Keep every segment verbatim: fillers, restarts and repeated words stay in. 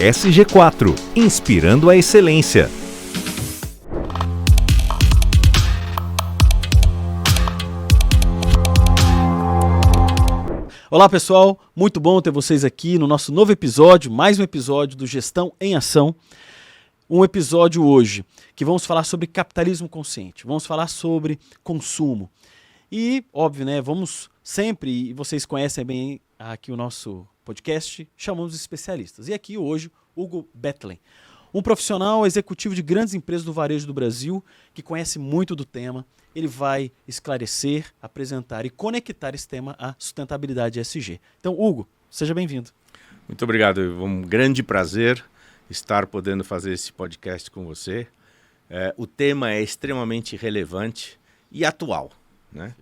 S G quatro, inspirando a excelência. Olá pessoal, muito bom ter vocês aqui no nosso novo episódio, mais um episódio do Gestão em Ação. Um episódio hoje que vamos falar sobre capitalismo consciente, vamos falar sobre consumo. E, óbvio, né, vamos sempre, e vocês conhecem bem aqui o nosso podcast, chamamos especialistas. E aqui hoje, Hugo Bethlen, um profissional executivo de grandes empresas do varejo do Brasil, que conhece muito do tema. Ele vai esclarecer, apresentar e conectar esse tema à sustentabilidade E S G. Então, Hugo, seja bem-vindo. Muito obrigado, um grande prazer estar podendo fazer esse podcast com você. É, o tema é extremamente relevante e atual, né?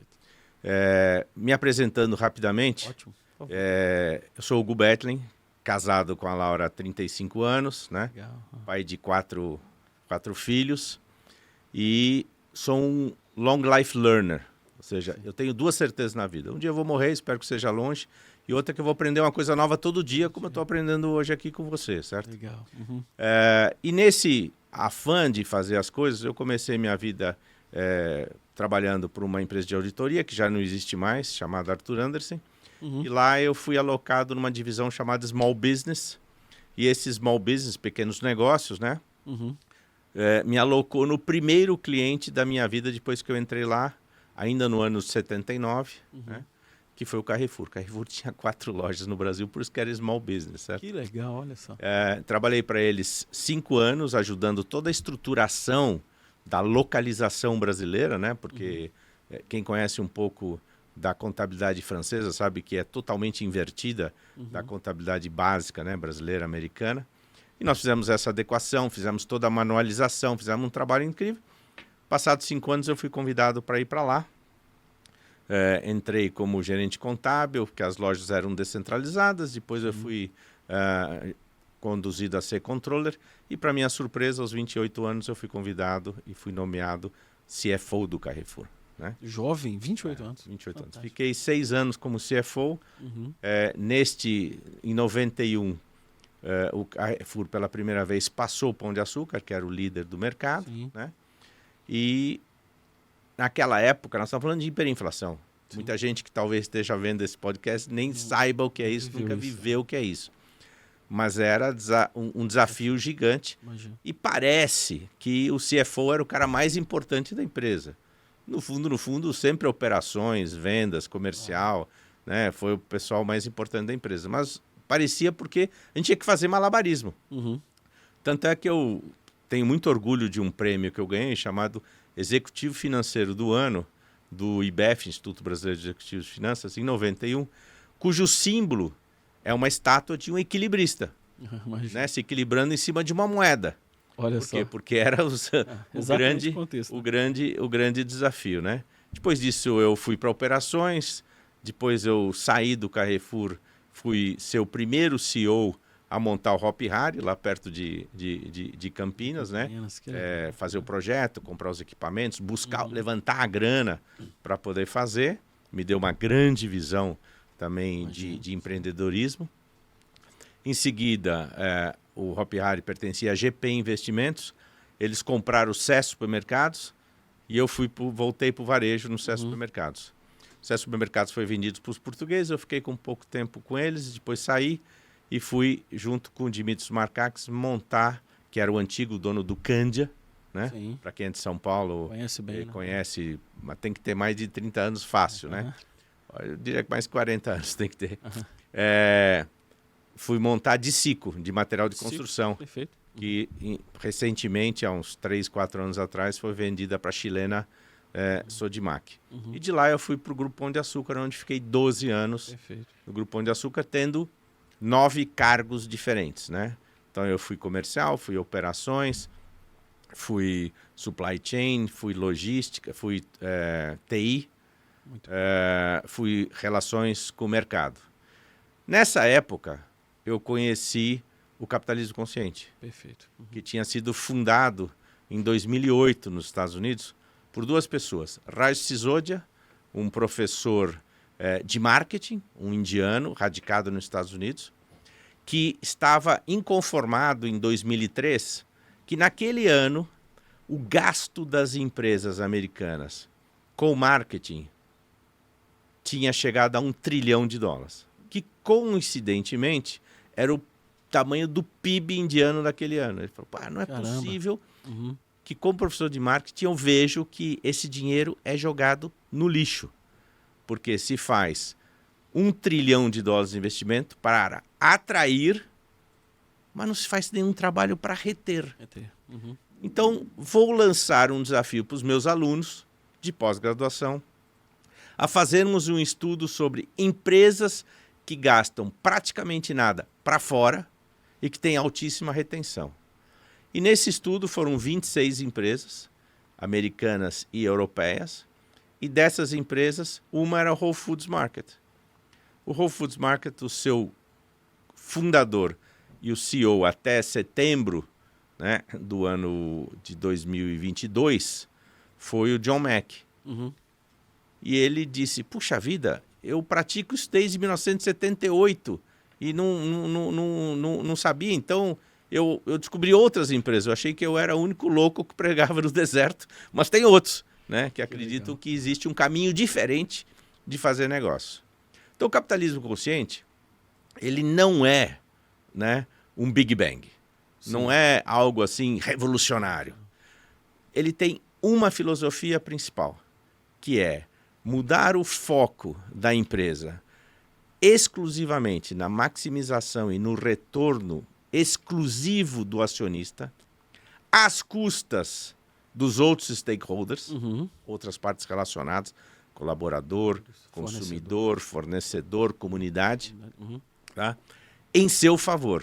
É, me apresentando rapidamente, Ótimo. É, eu sou o Hugo Bethlen, casado com a Laura há trinta e cinco anos, né? Legal. Pai de quatro, quatro filhos e sou um long life learner, ou seja, Sim. eu tenho duas certezas na vida. Um dia eu vou morrer, espero que seja longe, e outra que eu vou aprender uma coisa nova todo dia, como eu estou aprendendo hoje aqui com você, certo? Legal. Uhum. É, e nesse afã de fazer as coisas, eu comecei minha vida é, trabalhando por uma empresa de auditoria, que já não existe mais, chamada Arthur Andersen. Uhum. E lá eu fui alocado numa divisão chamada Small Business. E esse Small Business, pequenos negócios, né? Uhum. É, me alocou no primeiro cliente da minha vida depois que eu entrei lá, ainda no ano setenta e nove, uhum. né? Que foi o Carrefour. O Carrefour tinha quatro lojas no Brasil, por isso que era Small Business, certo? Que legal, olha só. É, trabalhei para eles cinco anos, ajudando toda a estruturação da localização brasileira, né? Porque uhum. é, quem conhece um pouco da contabilidade francesa sabe que é totalmente invertida uhum. da contabilidade básica, né, brasileira, americana. E nós fizemos essa adequação, fizemos toda a manualização, fizemos um trabalho incrível. Passados cinco anos eu fui convidado para ir para lá. É, entrei como gerente contábil, porque as lojas eram descentralizadas. Depois eu fui uh, conduzido a ser controller. E para minha surpresa, aos vinte e oito anos eu fui convidado e fui nomeado C F O do Carrefour. Né? Jovem, vinte e oito é, anos. vinte e oito anos. Fiquei seis anos como C F O. Uhum. É, neste, em noventa e um, é, o Carrefour pela primeira vez passou o Pão de Açúcar, que era o líder do mercado. Né? E naquela época, nós estamos falando de hiperinflação. Sim. Muita gente que talvez esteja vendo esse podcast nem hum, saiba o que é isso, viveu nunca isso. viveu o que é isso. Mas era desa- um, um desafio gigante. Imagina. E parece que o C F O era o cara mais importante da empresa. No fundo, no fundo, sempre operações, vendas, comercial, ah. né? Foi o pessoal mais importante da empresa. Mas parecia porque a gente tinha que fazer malabarismo. Uhum. Tanto é que eu tenho muito orgulho de um prêmio que eu ganhei chamado Executivo Financeiro do Ano, do I B E F, Instituto Brasileiro de Executivos de Finanças, em noventa e um, cujo símbolo é uma estátua de um equilibrista, né? Se equilibrando em cima de uma moeda. Olha Por quê? só. Porque era os, ah, o, grande, contexto, né? o, grande, o grande desafio, né? Depois disso eu fui para operações, depois eu saí do Carrefour, fui ser o primeiro C E O a montar o Hopi Hari, lá perto de, de, de, de Campinas, né? É, fazer o projeto, comprar os equipamentos, buscar, uhum. levantar a grana para poder fazer. Me deu uma grande visão também de, de empreendedorismo. Em seguida, é, o Hopi Hari pertencia a G P Investimentos. Eles compraram o C E S Supermercados e eu fui pro, voltei para o varejo no C E S uhum. Supermercados. O C E S Supermercados foi vendido para os portugueses, eu fiquei com pouco tempo com eles, depois saí e fui, junto com o Dimitris Markakis, montar, que era o antigo dono do Candia, né? Para quem é de São Paulo, conhece bem, né? Conhece, mas tem que ter mais de trinta anos fácil, uhum. né? Eu diria que mais quarenta anos tem que ter. Uhum. É, fui montar Dicico, de material de construção. Perfeito. Uhum. Que recentemente, há uns três, quatro anos atrás, foi vendida para a chilena é, uhum. Sodimac. Uhum. E de lá eu fui para o Grupo Pão de Açúcar, onde fiquei doze anos Perfeito. no Grupo Pão de Açúcar, tendo nove cargos diferentes, né? Então eu fui comercial, fui operações, fui supply chain, fui logística, fui é, T I, é, fui relações com o mercado. Nessa época, eu conheci o capitalismo consciente, Perfeito. Uhum. que tinha sido fundado em dois mil e oito nos Estados Unidos por duas pessoas. Raj Sisodia, um professor é, de marketing, um indiano radicado nos Estados Unidos, que estava inconformado em dois mil e três, que naquele ano o gasto das empresas americanas com marketing tinha chegado a um trilhão de dólares, que coincidentemente era o tamanho do P I B indiano daquele ano. Ele falou, pá, não é Caramba. possível Uhum. que como professor de marketing eu vejo que esse dinheiro é jogado no lixo, porque se faz um trilhão de dólares de investimento para atrair, mas não se faz nenhum trabalho para reter. Uhum. Então, vou lançar um desafio para os meus alunos de pós-graduação a fazermos um estudo sobre empresas que gastam praticamente nada para fora e que têm altíssima retenção. E nesse estudo foram vinte e seis empresas, americanas e europeias, e dessas empresas, uma era o Whole Foods Market. O Whole Foods Market, o seu fundador e o C E O até setembro, né, do ano de dois mil e vinte e dois, foi o John Mack. Uhum. E ele disse, puxa vida, eu pratico isso desde mil novecentos e setenta e oito e não, não, não, não, não sabia, então eu, eu descobri outras empresas. Eu achei que eu era o único louco que pregava no deserto, mas tem outros, né, que, que acreditam legal. Que existe um caminho diferente de fazer negócio. Então o capitalismo consciente, ele não é, né, um Big Bang. Sim. Não é algo assim revolucionário. Ele tem uma filosofia principal, que é mudar o foco da empresa exclusivamente na maximização e no retorno exclusivo do acionista, às custas dos outros stakeholders, uhum. outras partes relacionadas, colaborador, consumidor, fornecedor, comunidade, uhum. tá? Em seu favor,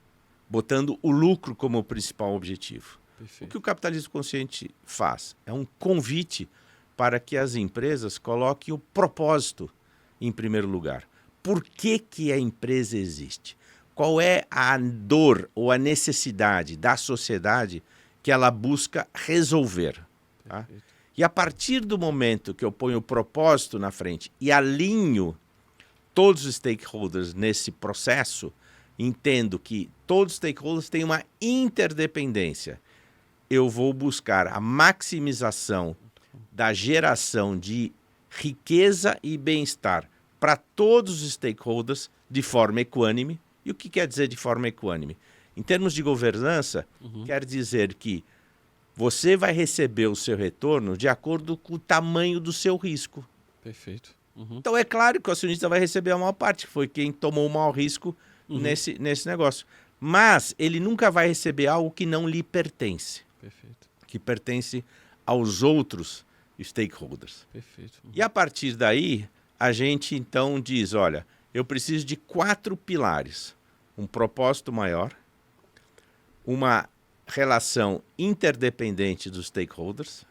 botando o lucro como o principal objetivo. Perfeito. O que o capitalismo consciente faz? É um convite para que as empresas coloquem o propósito em primeiro lugar. Por que que a empresa existe? Qual é a dor ou a necessidade da sociedade que ela busca resolver? Tá? E a partir do momento que eu ponho o propósito na frente e alinho todos os stakeholders nesse processo, entendo que todos os stakeholders têm uma interdependência. Eu vou buscar a maximização da geração de riqueza e bem-estar para todos os stakeholders de forma equânime. E o que quer dizer de forma equânime? Em termos de governança, uhum. quer dizer que você vai receber o seu retorno de acordo com o tamanho do seu risco. Perfeito. Uhum. Então é claro que o acionista vai receber a maior parte, que foi quem tomou o maior risco uhum. nesse, nesse negócio. Mas ele nunca vai receber algo que não lhe pertence. Perfeito. Que pertence aos outros stakeholders. Perfeito. Uhum. E a partir daí, a gente então diz, olha, eu preciso de quatro pilares. Um propósito maior, uma relação interdependente dos stakeholders,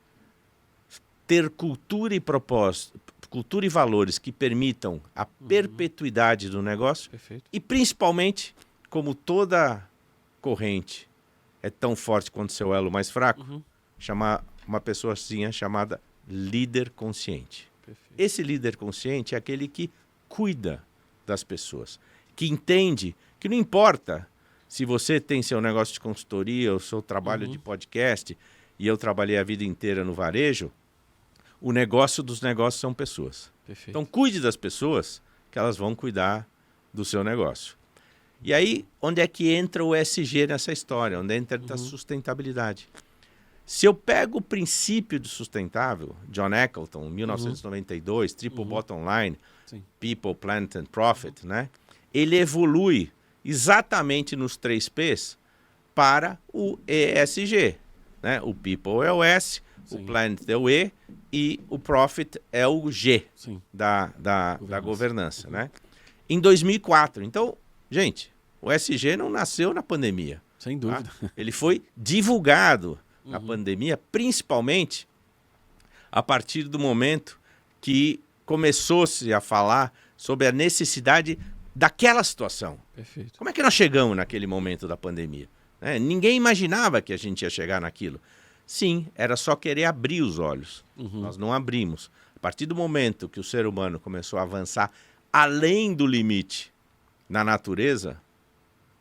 ter cultura e propósito, cultura e valores que permitam a uhum. perpetuidade do negócio. Perfeito. E principalmente, como toda corrente é tão forte quanto seu elo mais fraco, uhum. chamar uma pessoa assim chamada líder consciente. Perfeito. Esse líder consciente é aquele que cuida das pessoas, que entende que não importa se você tem seu negócio de consultoria, o seu trabalho uhum. de podcast, e eu trabalhei a vida inteira no varejo, o negócio dos negócios são pessoas. Perfeito. Então cuide das pessoas, que elas vão cuidar do seu negócio. E aí, onde é que entra o E S G nessa história? Onde entra uhum. a sustentabilidade? Se eu pego o princípio do sustentável, John Eccleston, mil novecentos e noventa e dois, uhum. Triple uhum. Bottom Line, Sim. People, Planet and Profit, uhum. né? Ele evolui exatamente nos três P's para o E S G. Né? O People é o S, Sim. o Planet é o E e o Profit é o G da, da, governança. da governança. Uhum. Né? Em dois mil e quatro. Então, gente, o E S G não nasceu na pandemia. Sem dúvida. Tá? Ele foi divulgado uhum. na pandemia, principalmente a partir do momento que começou-se a falar sobre a necessidade daquela situação. Perfeito. Como é que nós chegamos naquele momento da pandemia? É, ninguém imaginava que a gente ia chegar naquilo. Sim, era só querer abrir os olhos. Uhum. Nós não abrimos. A partir do momento que o ser humano começou a avançar além do limite na natureza,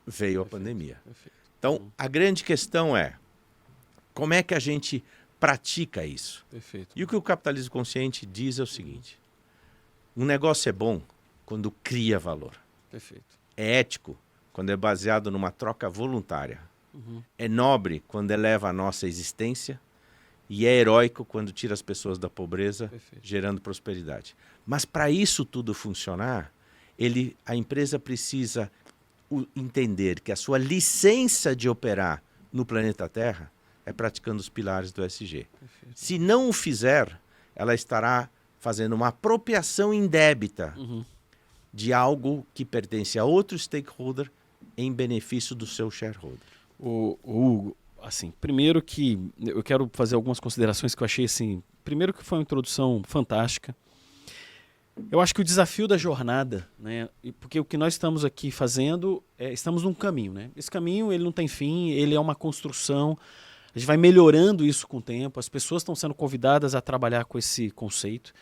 veio a Perfeito, pandemia. perfeito. Então, Uhum. a grande questão é como é que a gente pratica isso? Perfeito. E o que o capitalismo consciente diz é o seguinte: um negócio é bom quando cria valor. Perfeito. É ético quando é baseado numa troca voluntária. Uhum. É nobre quando eleva a nossa existência. E é heróico quando tira as pessoas da pobreza, Perfeito. gerando prosperidade. Mas para isso tudo funcionar, ele, a empresa precisa o, entender que a sua licença de operar no planeta Terra é praticando os pilares do E S G. Perfeito. Se não o fizer, ela estará fazendo uma apropriação indébita Uhum. de algo que pertence a outro stakeholder em benefício do seu shareholder. O, o Hugo, assim, primeiro que eu quero fazer algumas considerações que eu achei assim. Primeiro que foi uma introdução fantástica. Eu acho que o desafio da jornada, né? Porque o que nós estamos aqui fazendo, é, estamos num caminho, né? Esse caminho ele não tem fim, ele é uma construção. A gente vai melhorando isso com o tempo. As pessoas estão sendo convidadas a trabalhar com esse conceito.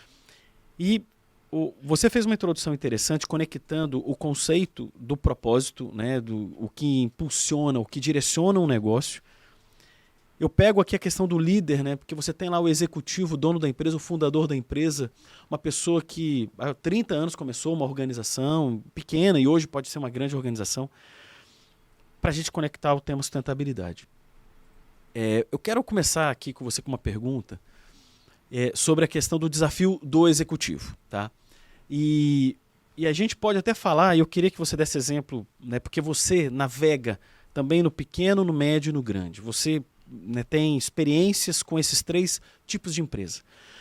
E o, você fez uma introdução interessante conectando o conceito do propósito, né, do o que impulsiona, o que direciona um negócio. Eu pego aqui a questão do líder, né, porque você tem lá o executivo, o dono da empresa, o fundador da empresa, uma pessoa que há trinta anos começou uma organização pequena e hoje pode ser uma grande organização, para a gente conectar o tema sustentabilidade. É, eu quero começar aqui com você com uma pergunta é, sobre a questão do desafio do executivo, tá? E, e a gente pode até falar, e eu queria que você desse exemplo, né, porque você navega também no pequeno, no médio e no grande. Você, né, tem experiências com esses três tipos de empresa.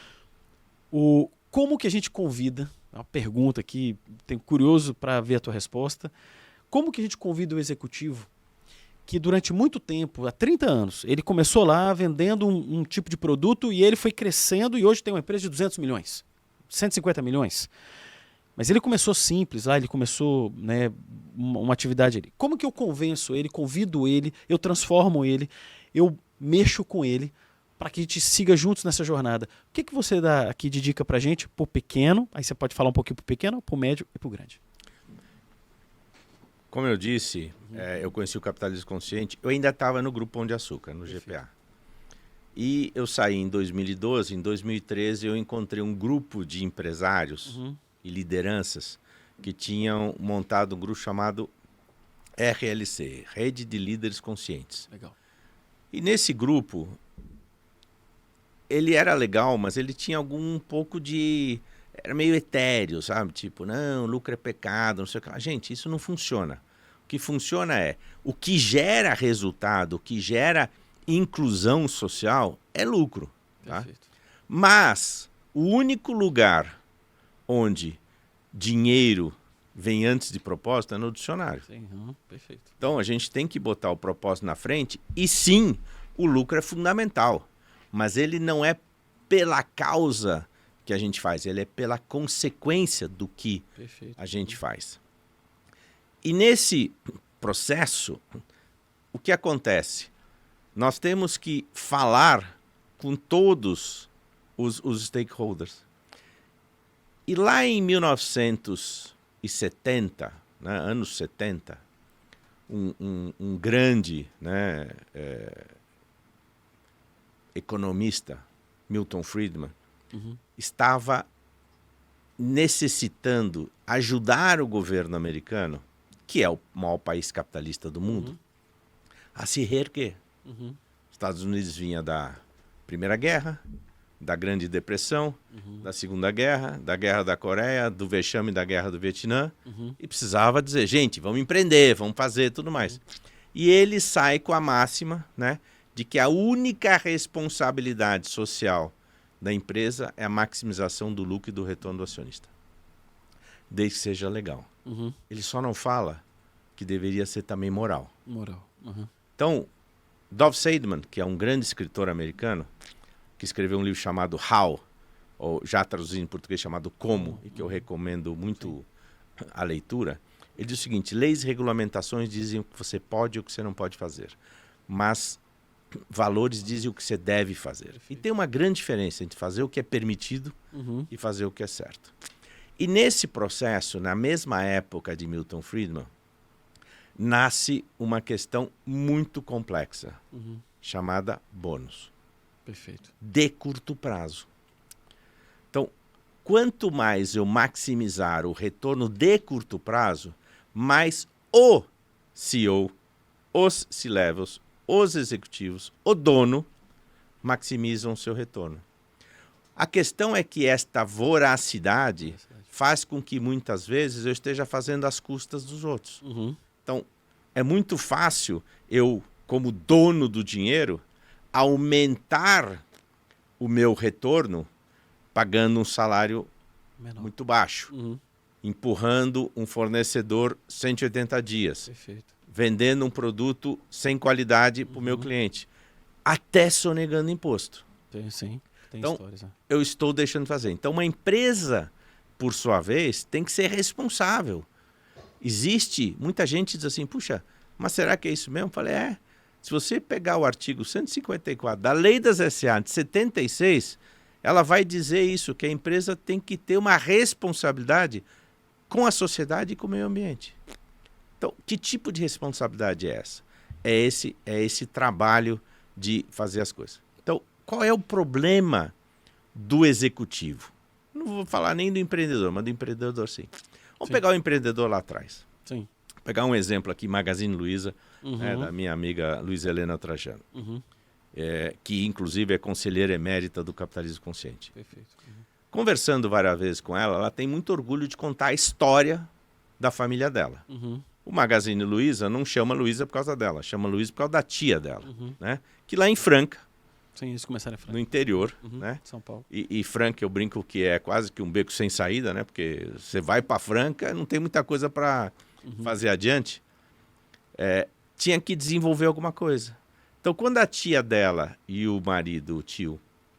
O, como que a gente convida, uma pergunta aqui, tenho curioso para ver a tua resposta, como que a gente convida o executivo que durante muito tempo, há trinta anos, ele começou lá vendendo um, um tipo de produto e ele foi crescendo e hoje tem uma empresa de duzentos milhões. cento e cinquenta milhões. Mas ele começou simples, lá ele começou, né, uma, uma atividade ali. Como que eu convenço ele, convido ele, eu transformo ele, eu mexo com ele para que a gente siga juntos nessa jornada? O que, que você dá aqui de dica para a gente, para o pequeno, aí você pode falar um pouquinho para o pequeno, para o médio e para o grande. Como eu disse, uhum. é, eu conheci o capitalismo consciente, eu ainda estava no Grupo Pão de Açúcar, no Perfeito. G P A. E eu saí em dois mil e doze, em dois mil e treze eu encontrei um grupo de empresários uhum. e lideranças que tinham montado um grupo chamado R L C, Rede de Líderes Conscientes. Legal. E nesse grupo, ele era legal, mas ele tinha algum um pouco de... Era meio etéreo, sabe? Tipo, não, lucro é pecado, não sei o que. Gente, isso não funciona. O que funciona é, o que gera resultado, o que gera inclusão social é lucro. Tá? Mas o único lugar onde dinheiro vem antes de propósito é no dicionário. Sim, uhum, perfeito. Então a gente tem que botar o propósito na frente e sim, o lucro é fundamental. Mas ele não é pela causa que a gente faz, ele é pela consequência do que Perfeito. A gente faz. E nesse processo, o que acontece? Nós temos que falar com todos os, os stakeholders. E lá em mil novecentos e setenta, né, anos setenta, um, um, um grande, né, é, economista, Milton Friedman, Uhum. estava necessitando ajudar o governo americano, que é o maior país capitalista do mundo, uhum. a se reerguer. Uhum. Os Estados Unidos vinha da Primeira Guerra, da Grande Depressão, uhum. da Segunda Guerra, da Guerra da Coreia, do vexame da Guerra do Vietnã, uhum. e precisava dizer, gente, vamos empreender, vamos fazer tudo mais. Uhum. E ele sai com a máxima, né, de que a única responsabilidade social da empresa é a maximização do lucro e do retorno do acionista. Desde que seja legal. Uhum. Ele só não fala que deveria ser também moral. Moral. Uhum. Então, Dov Seidman, que é um grande escritor americano, que escreveu um livro chamado How, ou já traduzido em português chamado Como, uhum. e que eu recomendo muito Sim. a leitura, ele diz o seguinte, leis e regulamentações dizem o que você pode e o que você não pode fazer. Mas valores dizem o que você deve fazer. Perfeito. E tem uma grande diferença entre fazer o que é permitido uhum. e fazer o que é certo. E nesse processo, na mesma época de Milton Friedman, nasce uma questão muito complexa, Uhum. chamada bônus, Perfeito. de curto prazo. Então, quanto mais eu maximizar o retorno de curto prazo, mais o C E O, os C-levels, os executivos, o dono, maximizam o seu retorno. A questão é que esta voracidade faz com que muitas vezes eu esteja fazendo às custas dos outros. Uhum. Então, é muito fácil eu, como dono do dinheiro, aumentar o meu retorno pagando um salário Menor. muito baixo, Uhum. empurrando um fornecedor cento e oitenta dias, Perfeito. vendendo um produto sem qualidade para o meu cliente, até sonegando imposto. Tem, sim. Tem Então, histórias, né? eu estou deixando de fazer. Então, uma empresa, por sua vez, tem que ser responsável. Existe, muita gente diz assim, puxa, mas será que é isso mesmo? Eu falei, é. Se você pegar o artigo cento e cinquenta e quatro da Lei das S A de setenta e seis, ela vai dizer isso, que a empresa tem que ter uma responsabilidade com a sociedade e com o meio ambiente. Então, que tipo de responsabilidade é essa? É esse, é esse trabalho de fazer as coisas. Então, qual é o problema do executivo? Não vou falar nem do empreendedor, mas do empreendedor sim. Vamos Sim. pegar o empreendedor lá atrás. Sim. Vou pegar um exemplo aqui, Magazine Luiza, Uhum. né, da minha amiga Luiz Helena Trajano, Uhum. é, que inclusive é conselheira emérita do Capitalismo Consciente. Perfeito. Uhum. Conversando várias vezes com ela, ela tem muito orgulho de contar a história da família dela. Uhum. O Magazine Luiza não chama Luiza por causa dela, chama Luiza por causa da tia dela, Uhum. né? Que lá em Franca, Sim, eles começaram a falar. no interior, Uhum. né? São Paulo. E, e Franca eu brinco que é quase que um beco sem saída, né? Porque você vai para Franca, não tem muita coisa para Uhum. fazer adiante. É, tinha que desenvolver alguma coisa. Então, quando a tia dela e o marido, o tio,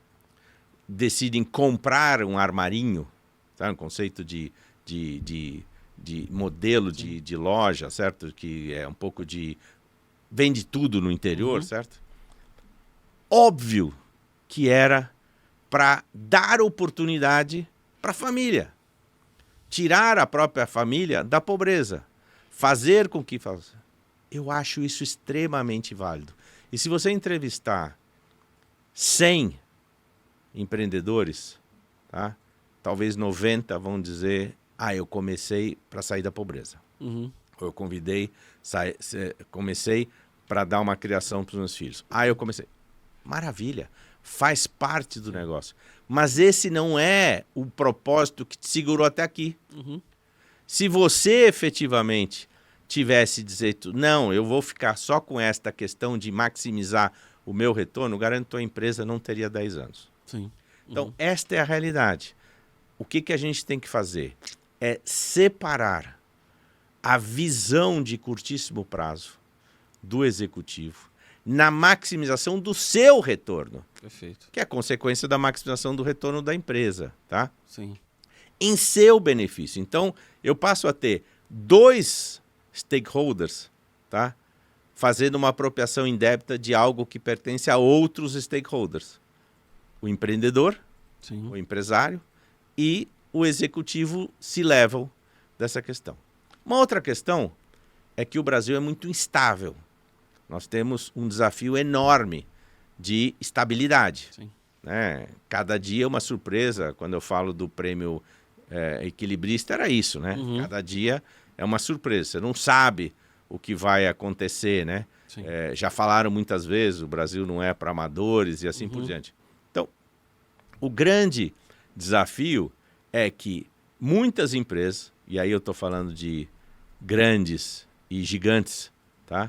decidem comprar um armarinho, sabe? Um conceito de, de, de, de modelo de, de loja, certo? Que é um pouco de... vende tudo no interior, Uhum. certo? Óbvio que era para dar oportunidade para a família. Tirar a própria família da pobreza. Fazer com que... faça. Eu acho isso extremamente válido. E se você entrevistar cem empreendedores, tá? Talvez noventa vão dizer, ah, eu comecei para sair da pobreza. Uhum. Ou eu convidei, sai, se- comecei para dar uma criação para os meus filhos. Ah, eu comecei. Maravilha, faz parte do negócio. Mas esse não é o propósito que te segurou até aqui. Uhum. Se você efetivamente tivesse dito, não, eu vou ficar só com esta questão de maximizar o meu retorno, garanto que a empresa não teria dez anos. Sim. Então, Uhum. esta é a realidade. O que, que a gente tem que fazer? É separar a visão de curtíssimo prazo do executivo na maximização do seu retorno, Perfeito. que é a consequência da maximização do retorno da empresa, tá? Sim. Em seu benefício. Então, eu passo a ter dois stakeholders, tá? Fazendo uma apropriação indébita de algo que pertence a outros stakeholders. O empreendedor, Sim. o empresário e o executivo C-level dessa questão. Uma outra questão é que o Brasil é muito instável. Nós temos um desafio enorme de estabilidade. Sim. Né? Cada dia é uma surpresa. Quando eu falo do prêmio é, equilibrista, era isso, né? Uhum. Cada dia é uma surpresa. Você não sabe o que vai acontecer, né? Sim. É, já falaram muitas vezes, o Brasil não é para amadores e assim por Uhum. diante. Então, o grande desafio é que muitas empresas, e aí eu estou falando de grandes e gigantes, tá?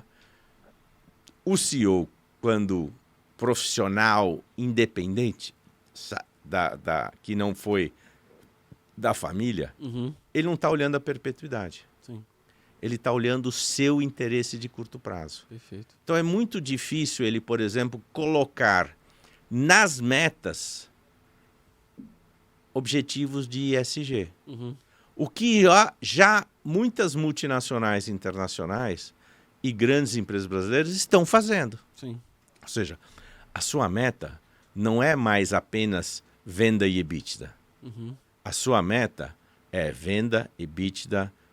O C E O, quando profissional independente, sa- da, da, que não foi da família, Uhum. ele não está olhando a perpetuidade. Sim. Ele está olhando o seu interesse de curto prazo. Perfeito. Então é muito difícil ele, por exemplo, colocar nas metas objetivos de E S G. Uhum. O que há já muitas multinacionais internacionais e grandes empresas brasileiras estão fazendo. Sim. Ou seja, a sua meta não é mais apenas venda e EBITDA. Uhum. A sua meta é venda, EBITDA,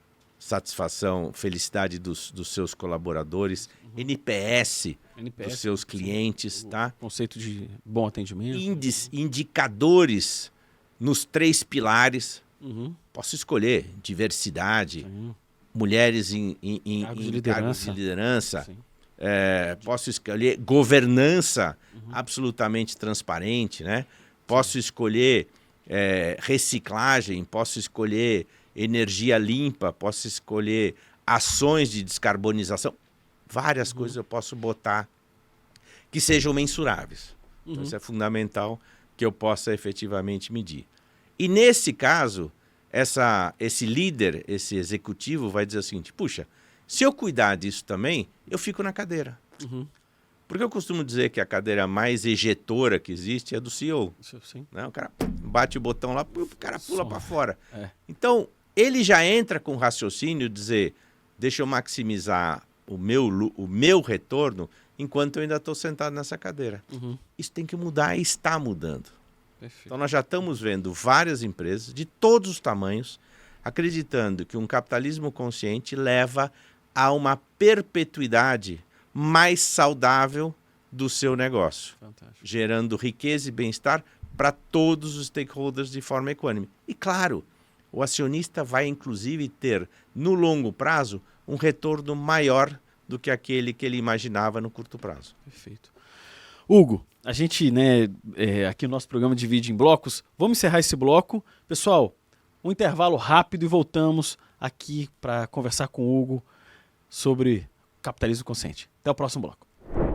satisfação, felicidade dos, dos seus colaboradores, uhum. N P S, N P S dos seus clientes, sim. Tá? Conceito de bom atendimento. Índice, indicadores nos três pilares. Uhum. Posso escolher diversidade, sim. mulheres em, em, em, cargos, em de cargos liderança. de liderança. É, posso escolher governança uhum. absolutamente transparente, né? Posso sim. escolher é, reciclagem, posso escolher energia limpa, posso escolher ações de descarbonização. Várias uhum. coisas eu posso botar que sejam mensuráveis. Uhum. Então, isso é fundamental que eu possa efetivamente medir. E nesse caso, essa, esse líder, esse executivo vai dizer o seguinte, puxa, se eu cuidar disso também, eu fico na cadeira. Uhum. Porque eu costumo dizer que a cadeira mais ejetora que existe é do C E O. Sim. Né? O cara bate o botão lá, o cara pula para fora. É. Então, ele já entra com raciocínio de dizer, deixa eu maximizar o meu, o meu retorno enquanto eu ainda estou sentado nessa cadeira. Uhum. Isso tem que mudar e está mudando. Perfeito. Então, nós já estamos vendo várias empresas de todos os tamanhos acreditando que um capitalismo consciente leva a uma perpetuidade mais saudável do seu negócio, fantástico. Gerando riqueza e bem-estar para todos os stakeholders de forma equânime. E, claro, o acionista vai, inclusive, ter, no longo prazo, um retorno maior do que aquele que ele imaginava no curto prazo. Perfeito. Hugo, a gente, né, é, aqui o nosso programa divide em blocos. Vamos encerrar esse bloco. Pessoal, um intervalo rápido e voltamos aqui para conversar com o Hugo sobre capitalismo consciente. Até o próximo bloco.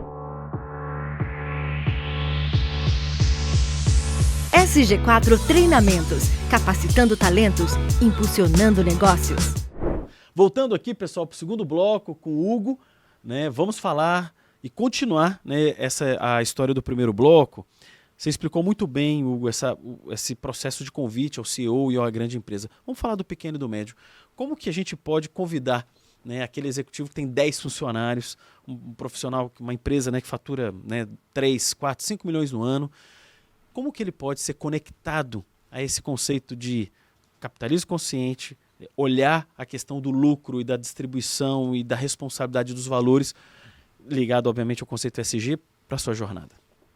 S G quatro Treinamentos, capacitando talentos, impulsionando negócios. Voltando aqui, pessoal, para o segundo bloco com o Hugo, né, vamos falar e continuar, né, essa, a história do primeiro bloco. Você explicou muito bem, Hugo, essa, esse processo de convite ao C E O e à grande empresa. Vamos falar do pequeno e do médio. Como que a gente pode convidar, né, aquele executivo que tem dez funcionários, um, um profissional, uma empresa, né, que fatura, né, três, quatro, cinco milhões no ano, como que ele pode ser conectado a esse conceito de capitalismo consciente, olhar a questão do lucro e da distribuição e da responsabilidade dos valores, ligado, obviamente, ao conceito E S G, para a sua jornada?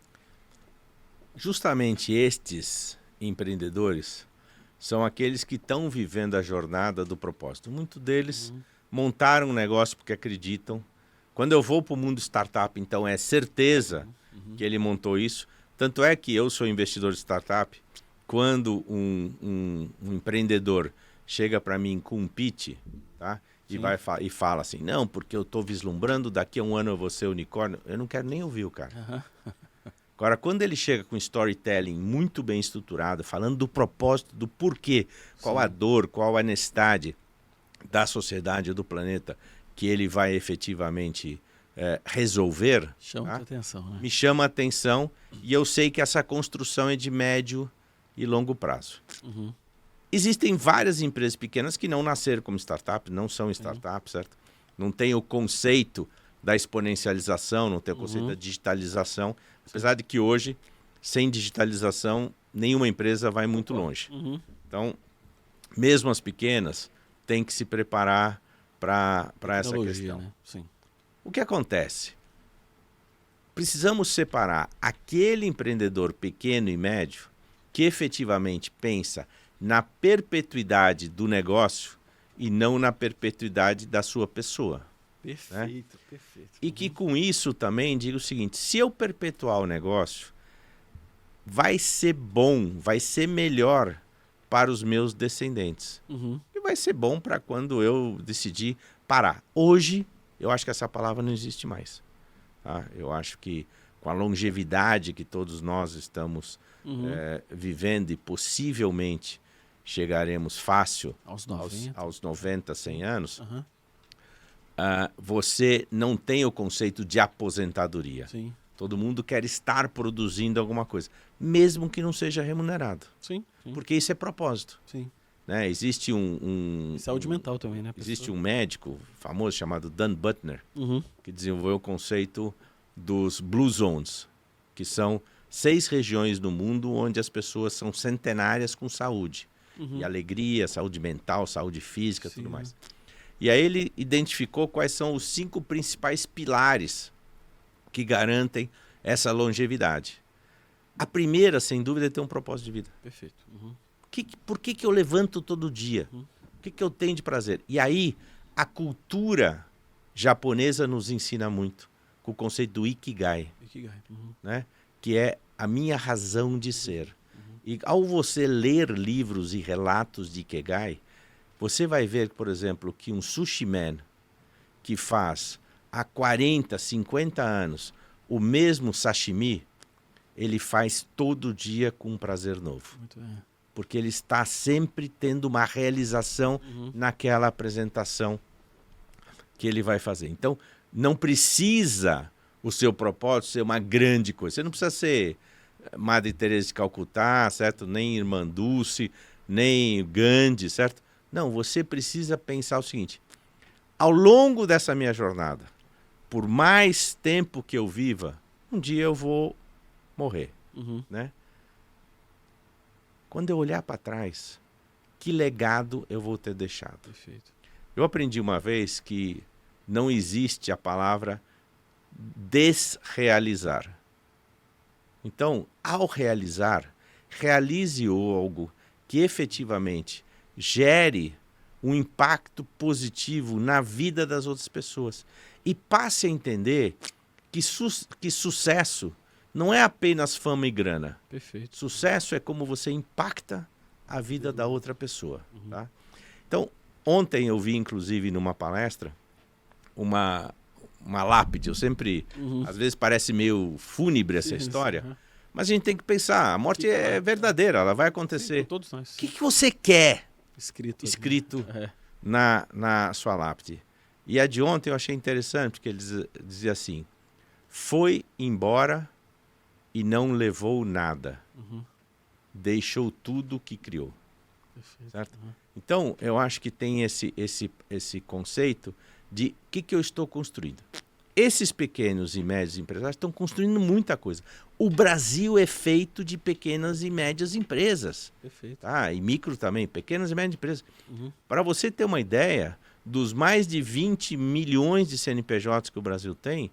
Justamente estes empreendedores são aqueles que estão vivendo a jornada do propósito. Muitos deles uhum. montaram um negócio porque acreditam. Quando eu vou para o mundo startup, então é certeza uhum. que ele montou isso. Tanto é que eu sou investidor de startup. Quando um, um, um empreendedor chega para mim com um pitch, tá? E, vai, e fala assim, não, porque eu estou vislumbrando, daqui a um ano eu vou ser unicórnio. Eu não quero nem ouvir o cara. Uhum. Agora, quando ele chega com storytelling muito bem estruturado, falando do propósito, do porquê, qual Sim. a dor, qual a necessidade da sociedade ou do planeta que ele vai efetivamente é, resolver, chama tá? atenção, né? Me chama a atenção e eu sei que essa construção é de médio e longo prazo. Uhum. Existem várias empresas pequenas que não nasceram como startup, não são startups, certo? Não tem o conceito da exponencialização, não tem o conceito uhum. da digitalização. Apesar de que hoje, sem digitalização, nenhuma empresa vai muito longe. Uhum. Então, mesmo as pequenas, têm que se preparar para essa questão. Né? Sim. O que acontece? Precisamos separar aquele empreendedor pequeno e médio que efetivamente pensa na perpetuidade do negócio e não na perpetuidade da sua pessoa. Perfeito, né? perfeito. E que com isso também digo o seguinte, se eu perpetuar o negócio, vai ser bom, vai ser melhor para os meus descendentes. Uhum. E vai ser bom para quando eu decidir parar. Hoje, eu acho que essa palavra não existe mais. Tá? Eu acho que com a longevidade que todos nós estamos uhum. é, vivendo e possivelmente chegaremos fácil aos noventa, aos, aos noventa cem anos, uhum. uh, você não tem o conceito de aposentadoria. Sim. Todo mundo quer estar produzindo alguma coisa, mesmo que não seja remunerado. Sim, sim. Porque isso é propósito. Sim. Né? Existe um... um saúde um, mental também, né? Existe um médico famoso chamado Dan Buettner, uhum. que desenvolveu o conceito dos Blue Zones, que são seis regiões no mundo onde as pessoas são centenárias com saúde. Uhum. E alegria, saúde mental, saúde física, Sim. tudo mais. E aí ele identificou quais são os cinco principais pilares que garantem essa longevidade. A primeira, sem dúvida, é ter um propósito de vida. Perfeito. Uhum. Que, por que, que eu levanto todo dia? Uhum. O que, que eu tenho de prazer? E aí, a cultura japonesa nos ensina muito, com o conceito do Ikigai, Ikigai. Uhum. né? Que é a minha razão de ser. Uhum. E ao você ler livros e relatos de Ikigai, você vai ver, por exemplo, que um sushi man que faz há quarenta, cinquenta anos o mesmo sashimi, ele faz todo dia com um prazer novo. Muito bem. Porque ele está sempre tendo uma realização uhum. naquela apresentação que ele vai fazer. Então, não precisa o seu propósito ser uma grande coisa. Você não precisa ser Madre Teresa de Calcutá, certo? Nem Irmã Dulce, nem Gandhi, certo? Não, você precisa pensar o seguinte: ao longo dessa minha jornada, por mais tempo que eu viva, um dia eu vou morrer, uhum. né? Quando eu olhar para trás, que legado eu vou ter deixado? Perfeito. Eu aprendi uma vez que não existe a palavra desrealizar. Então, ao realizar, realize algo que efetivamente gere um impacto positivo na vida das outras pessoas. E passe a entender que, su que sucesso não é apenas fama e grana. Perfeito. Sucesso é como você impacta a vida da outra pessoa. Uhum. Tá? Então, ontem eu vi, inclusive, numa palestra, uma, uma lápide. Eu sempre, uhum. às vezes parece meio fúnebre essa Sim, história, uhum. mas a gente tem que pensar, a morte Fica é lá. verdadeira, ela vai acontecer. Sim, todos nós. O que, que você quer escrito, escrito é. na, na sua lápide? E a de ontem eu achei interessante, porque ele diz, dizia assim: foi embora e não levou nada. Uhum. Deixou tudo que criou. Perfeito. Certo? Uhum. Então, eu acho que tem esse, esse, esse conceito de o que, que eu estou construindo. Esses pequenos e médios empresários estão construindo muita coisa. O Brasil é feito de pequenas e médias empresas. Perfeito. Tá? E micro também, pequenas e médias empresas. Uhum. Para você ter uma ideia, dos mais de vinte milhões de C N P Js que o Brasil tem,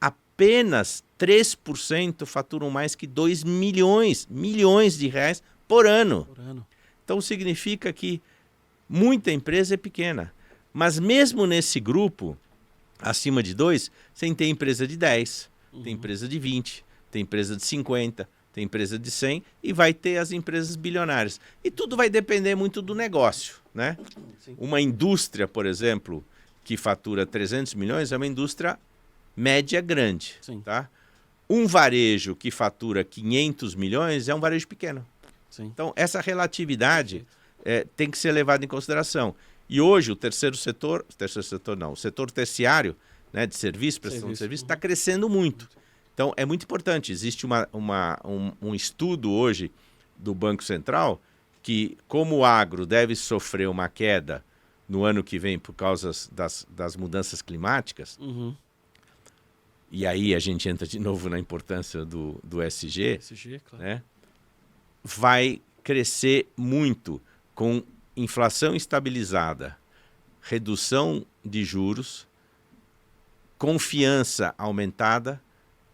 apenas três por cento faturam mais que dois milhões, milhões de reais por ano. Por ano. Então significa que muita empresa é pequena. Mas mesmo nesse grupo, acima de dois, você tem empresa de dez, uhum. tem empresa de vinte, tem empresa de cinquenta, tem empresa de cem e vai ter as empresas bilionárias. E tudo vai depender muito do negócio, né? Sim. Uma indústria, por exemplo, que fatura trezentos milhões é uma indústria média grande, Sim. tá? Um varejo que fatura quinhentos milhões é um varejo pequeno. Sim. Então, essa relatividade é, tem que ser levada em consideração. E hoje o terceiro setor, terceiro setor não, o setor terciário, né, de serviço, prestação serviço. de serviço, está crescendo muito. Então, é muito importante. Existe uma, uma, um, um estudo hoje do Banco Central que, como o agro deve sofrer uma queda no ano que vem por causa das, das mudanças climáticas, uhum. e aí a gente entra de novo na importância do, do E S G, E S G, claro. né, vai crescer muito com inflação estabilizada, redução de juros, confiança aumentada,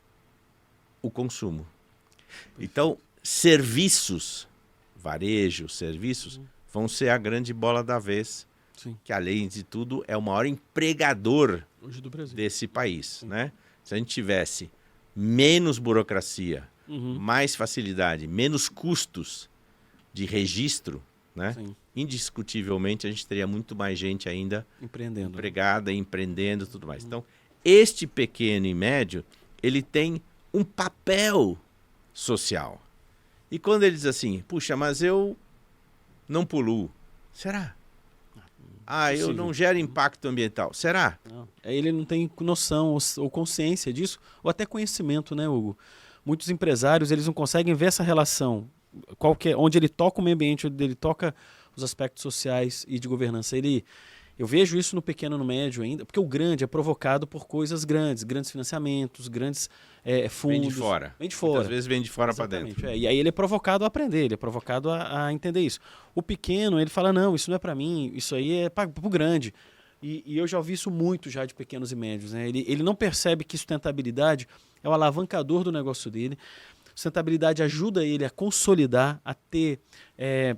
o consumo. Então, serviços, varejo, serviços, uhum. vão ser a grande bola da vez, Sim. que além de tudo é o maior empregador hoje do Brasil. desse país, né? Se a gente tivesse menos burocracia, uhum. mais facilidade, menos custos de registro, né? Sim. Indiscutivelmente a gente teria muito mais gente ainda empreendendo, empregada, empreendendo e tudo mais. Uhum. Então, este pequeno e médio, ele tem um papel social. E quando ele diz assim, puxa, mas eu não poluo, será? Ah, eu não gero impacto ambiental, será? Não. Ele não tem noção ou, ou consciência disso, ou até conhecimento, né, Hugo? Muitos empresários, eles não conseguem ver essa relação, qualquer, onde ele toca o meio ambiente, onde ele toca os aspectos sociais e de governança. Ele, eu vejo isso no pequeno e no médio ainda, porque o grande é provocado por coisas grandes, grandes financiamentos, grandes é, fundos. Vem de fora. Vem de fora. Muitas vezes vem de fora para dentro. É. E aí ele é provocado a aprender, ele é provocado a, a entender isso. O pequeno, ele fala, não, isso não é para mim, isso aí é para o grande. E, e eu já ouvi isso muito já de pequenos e médios, né? Ele, ele não percebe que sustentabilidade é o alavancador do negócio dele. Sustentabilidade ajuda ele a consolidar, a ter é,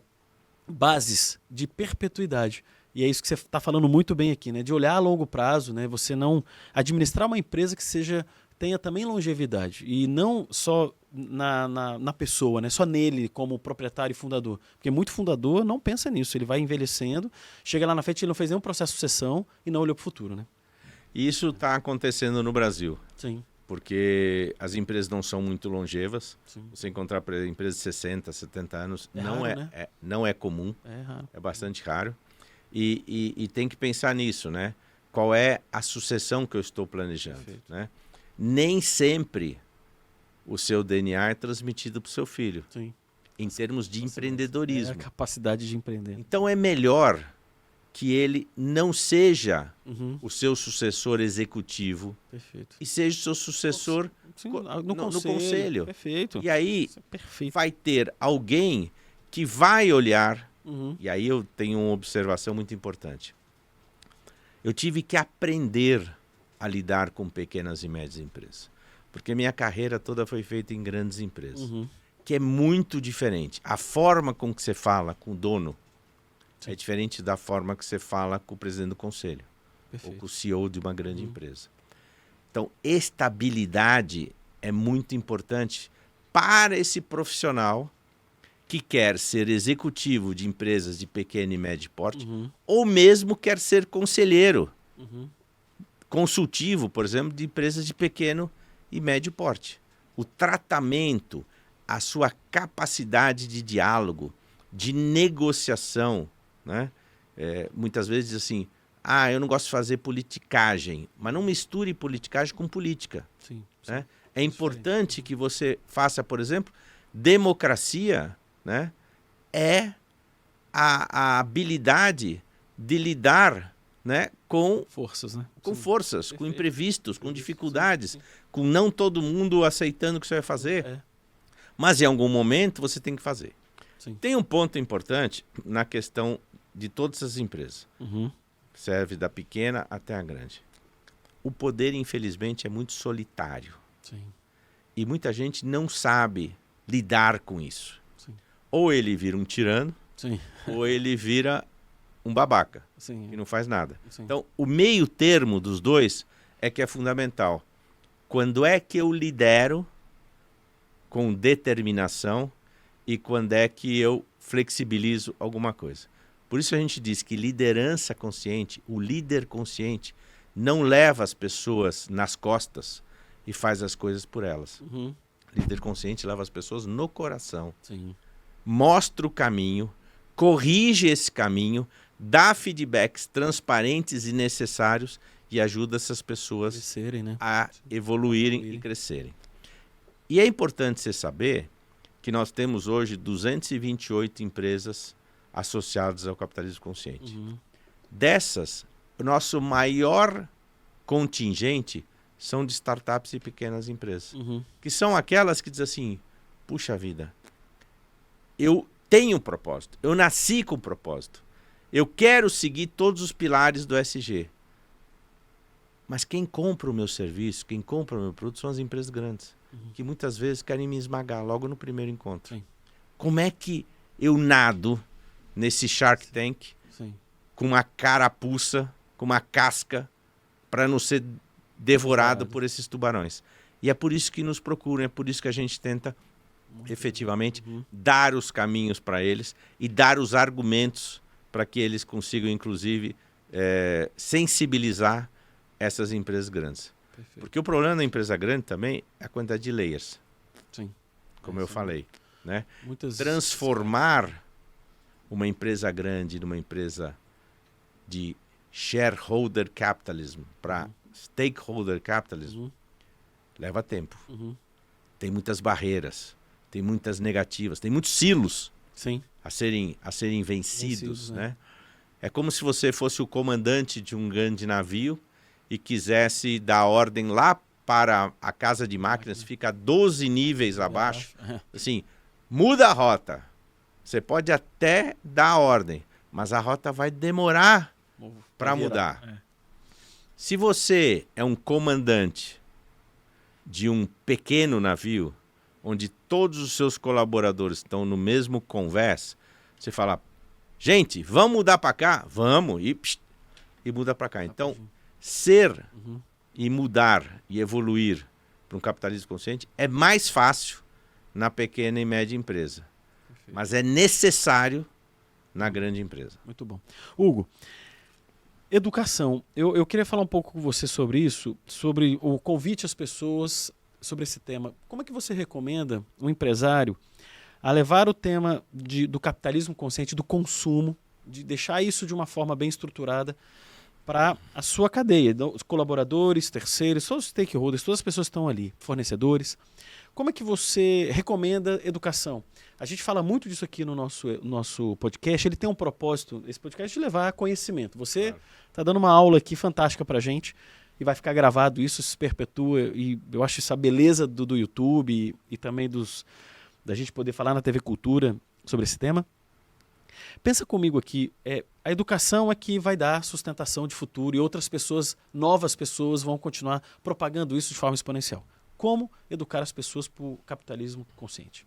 bases de perpetuidade. E é isso que você está falando muito bem aqui, né? De olhar a longo prazo, né? Você não administrar uma empresa que seja tenha também longevidade. E não só na, na, na pessoa, né? Só nele como proprietário e fundador. Porque muito fundador não pensa nisso. Ele vai envelhecendo, chega lá na frente, ele não fez nenhum processo de sucessão e não olhou para o futuro, né? Isso está acontecendo no Brasil. Sim. Porque as empresas não são muito longevas. Sim. Você encontrar empresas de sessenta, setenta anos É não, raro, é, né? é, não é comum. É raro. É bastante raro. E, e, e tem que pensar nisso, né? Qual é a sucessão que eu estou planejando, né? Nem sempre o seu D N A é transmitido para o seu filho, Sim. em termos de É empreendedorismo. a capacidade de empreender. Então é melhor que ele não seja Uhum. o seu sucessor executivo Perfeito. e seja o seu sucessor Sim, co- no, no- no conselho. conselho. Perfeito. E aí Isso é perfeito. vai ter alguém que vai olhar. Uhum. E aí eu tenho uma observação muito importante. Eu tive que aprender a lidar com pequenas e médias empresas. Porque minha carreira toda foi feita em grandes empresas. Uhum. Que é muito diferente. A forma com que você fala com o dono Sim. é diferente da forma que você fala com o presidente do conselho. Ou Perfeito. com o C E O de uma grande Uhum. empresa. Então, estabilidade é muito importante para esse profissional que quer ser executivo de empresas de pequeno e médio porte, Uhum. ou mesmo quer ser conselheiro Uhum. consultivo, por exemplo, de empresas de pequeno e médio porte. O tratamento, a sua capacidade de diálogo, de negociação, né? É, muitas vezes diz assim, ah, eu não gosto de fazer politicagem, mas não misture politicagem com política. Sim. sim. Né? É importante que você faça, por exemplo, democracia, né? É a, a habilidade de lidar, né, com, Forças, né? com Sim. forças, com Perfeito. imprevistos, com Sim, dificuldades, sim, sim. com não todo mundo aceitando o que você vai fazer. É. Mas em algum momento você tem que fazer. Sim. Tem um ponto importante na questão de todas as empresas. Uhum. Serve da pequena até a grande. O poder, infelizmente, é muito solitário. Sim. E muita gente não sabe lidar com isso. Sim. Ou ele vira um tirano, Sim. ou ele vira um babaca, Sim. que não faz nada. Sim. Então, o meio termo dos dois é que é fundamental. Quando é que eu lidero com determinação e quando é que eu flexibilizo alguma coisa? Por isso a gente diz que liderança consciente, o líder consciente, não leva as pessoas nas costas e faz as coisas por elas. Uhum. Líder consciente leva as pessoas no coração, Sim. mostra o caminho, corrige esse caminho, dá feedbacks transparentes e necessários e ajuda essas pessoas Crescerem, né? a evoluírem Evoluírem. e crescerem. E é importante você saber que nós temos hoje duzentas e vinte e oito empresas associadas ao capitalismo consciente. Uhum. Dessas, o nosso maior contingente são de startups e pequenas empresas, Uhum. que são aquelas que dizem assim, puxa vida, eu tenho um propósito, eu nasci com um propósito, eu quero seguir todos os pilares do E S G. Mas quem compra o meu serviço, quem compra o meu produto são as empresas grandes, Uhum. que muitas vezes querem me esmagar logo no primeiro encontro. Sim. Como é que eu nado nesse Shark Tank Sim. com uma carapuça, com uma casca, para não ser devorado Devorado. por esses tubarões? E é por isso que nos procuram, é por isso que a gente tenta efetivamente Uhum. dar os caminhos para eles e dar os argumentos para que eles consigam, inclusive, eh, sensibilizar essas empresas grandes. Perfeito. Porque o problema da empresa grande também é a quantidade de layers, Sim. como É, eu sim. falei, né? Muitas... Transformar uma empresa grande numa empresa de shareholder capitalism para Uhum. stakeholder capitalism Uhum. leva tempo. Uhum. Tem muitas barreiras, tem muitas negativas, tem muitos silos Sim. a serem, a serem vencidos, Vencidos, né? né? É como se você fosse o comandante de um grande navio e quisesse dar ordem lá para a casa de máquinas, fica doze níveis abaixo, É. assim, muda a rota. Você pode até dar a ordem, mas a rota vai demorar para mudar. É. Se você é um comandante de um pequeno navio, onde todos os seus colaboradores estão no mesmo convés, você fala, gente, vamos mudar para cá? Vamos, e, psh, e muda para cá. Então, ser uhum. e mudar e evoluir para um capitalismo consciente é mais fácil na pequena e média empresa. Perfeito. Mas é necessário na grande empresa. Muito bom. Hugo, educação. Eu, eu queria falar um pouco com você sobre isso, sobre o convite às pessoas, sobre esse tema. Como é que você recomenda um empresário a levar o tema de, do capitalismo consciente, do consumo, de deixar isso de uma forma bem estruturada para a sua cadeia, os colaboradores, terceiros, todos os stakeholders, todas as pessoas que estão ali, fornecedores. Como é que você recomenda educação? A gente fala muito disso aqui no nosso, nosso podcast. Ele tem um propósito, esse podcast, de levar conhecimento. Você está claro. dando uma aula aqui fantástica para a gente e vai ficar gravado, isso se perpetua. E eu acho isso a beleza do, do YouTube e, e também dos, da gente poder falar na T V Cultura sobre esse tema. Pensa comigo aqui, é, a educação é que vai dar sustentação de futuro e outras pessoas, novas pessoas, vão continuar propagando isso de forma exponencial. Como educar as pessoas para o capitalismo consciente?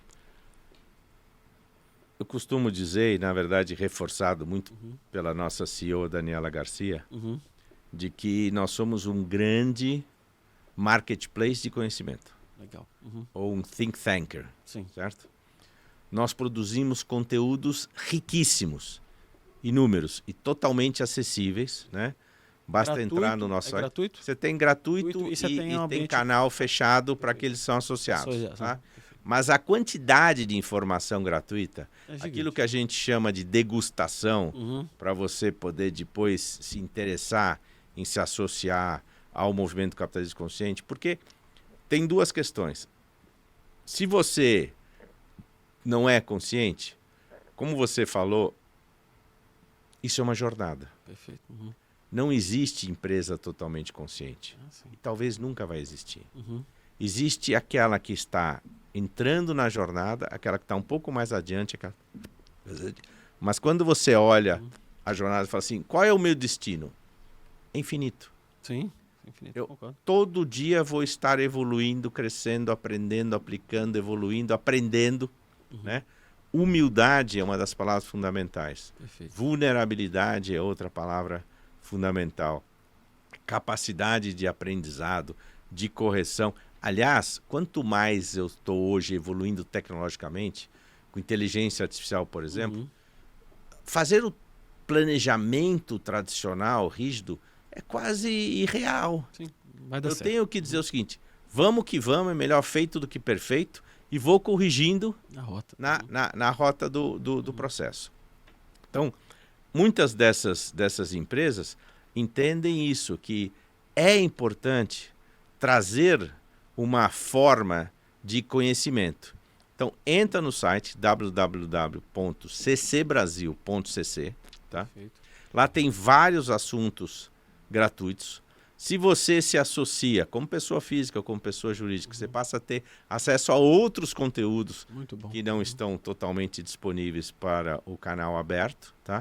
Eu costumo dizer, e na verdade reforçado muito uhum. pela nossa C E O, Daniela Garcia, uhum. de que nós somos um grande marketplace de conhecimento. Legal. Uhum. Ou um think tanker, Sim. certo? Nós produzimos conteúdos riquíssimos, inúmeros e totalmente acessíveis, né? Basta gratuito, entrar no nosso é site. Gratuito? Você tem gratuito, gratuito e, e, tem, e um tem canal fechado para aqueles que são associados. Associados. Tá? Mas a quantidade de informação gratuita, é aquilo que a gente chama de degustação, uhum. para você poder depois se interessar em se associar ao movimento capitalismo consciente, porque tem duas questões. Se você não é consciente, como você falou, isso é uma jornada. Perfeito. Uhum. Não existe empresa totalmente consciente. Ah, e talvez nunca vai existir. Uhum. Existe aquela que está entrando na jornada, aquela que está um pouco mais adiante. Aquela... Mas quando você olha uhum. a jornada e fala assim, qual é o meu destino? É infinito. Sim, infinito. Eu concordo. todo dia vou estar evoluindo, crescendo, aprendendo, aplicando, evoluindo, aprendendo. Uhum. Né? Humildade é uma das palavras fundamentais. Perfeito. Vulnerabilidade é outra palavra fundamental. Capacidade de aprendizado, de correção. Aliás, quanto mais eu estou hoje evoluindo tecnologicamente, com inteligência artificial, por exemplo, uhum. fazer o planejamento tradicional, rígido, é quase irreal. Sim, vai dar eu certo. tenho que dizer o seguinte, vamos que vamos, é melhor feito do que perfeito, e vou corrigindo na rota, na, na, na rota do, do, do processo. Então, muitas dessas, dessas empresas entendem isso, que é importante trazer uma forma de conhecimento. Então, entra no site w w w ponto c c brasil ponto c c, tá? Lá tem vários assuntos gratuitos. Se você se associa como pessoa física ou como pessoa jurídica, uhum. você passa a ter acesso a outros conteúdos que não uhum. estão totalmente disponíveis para o canal aberto, tá?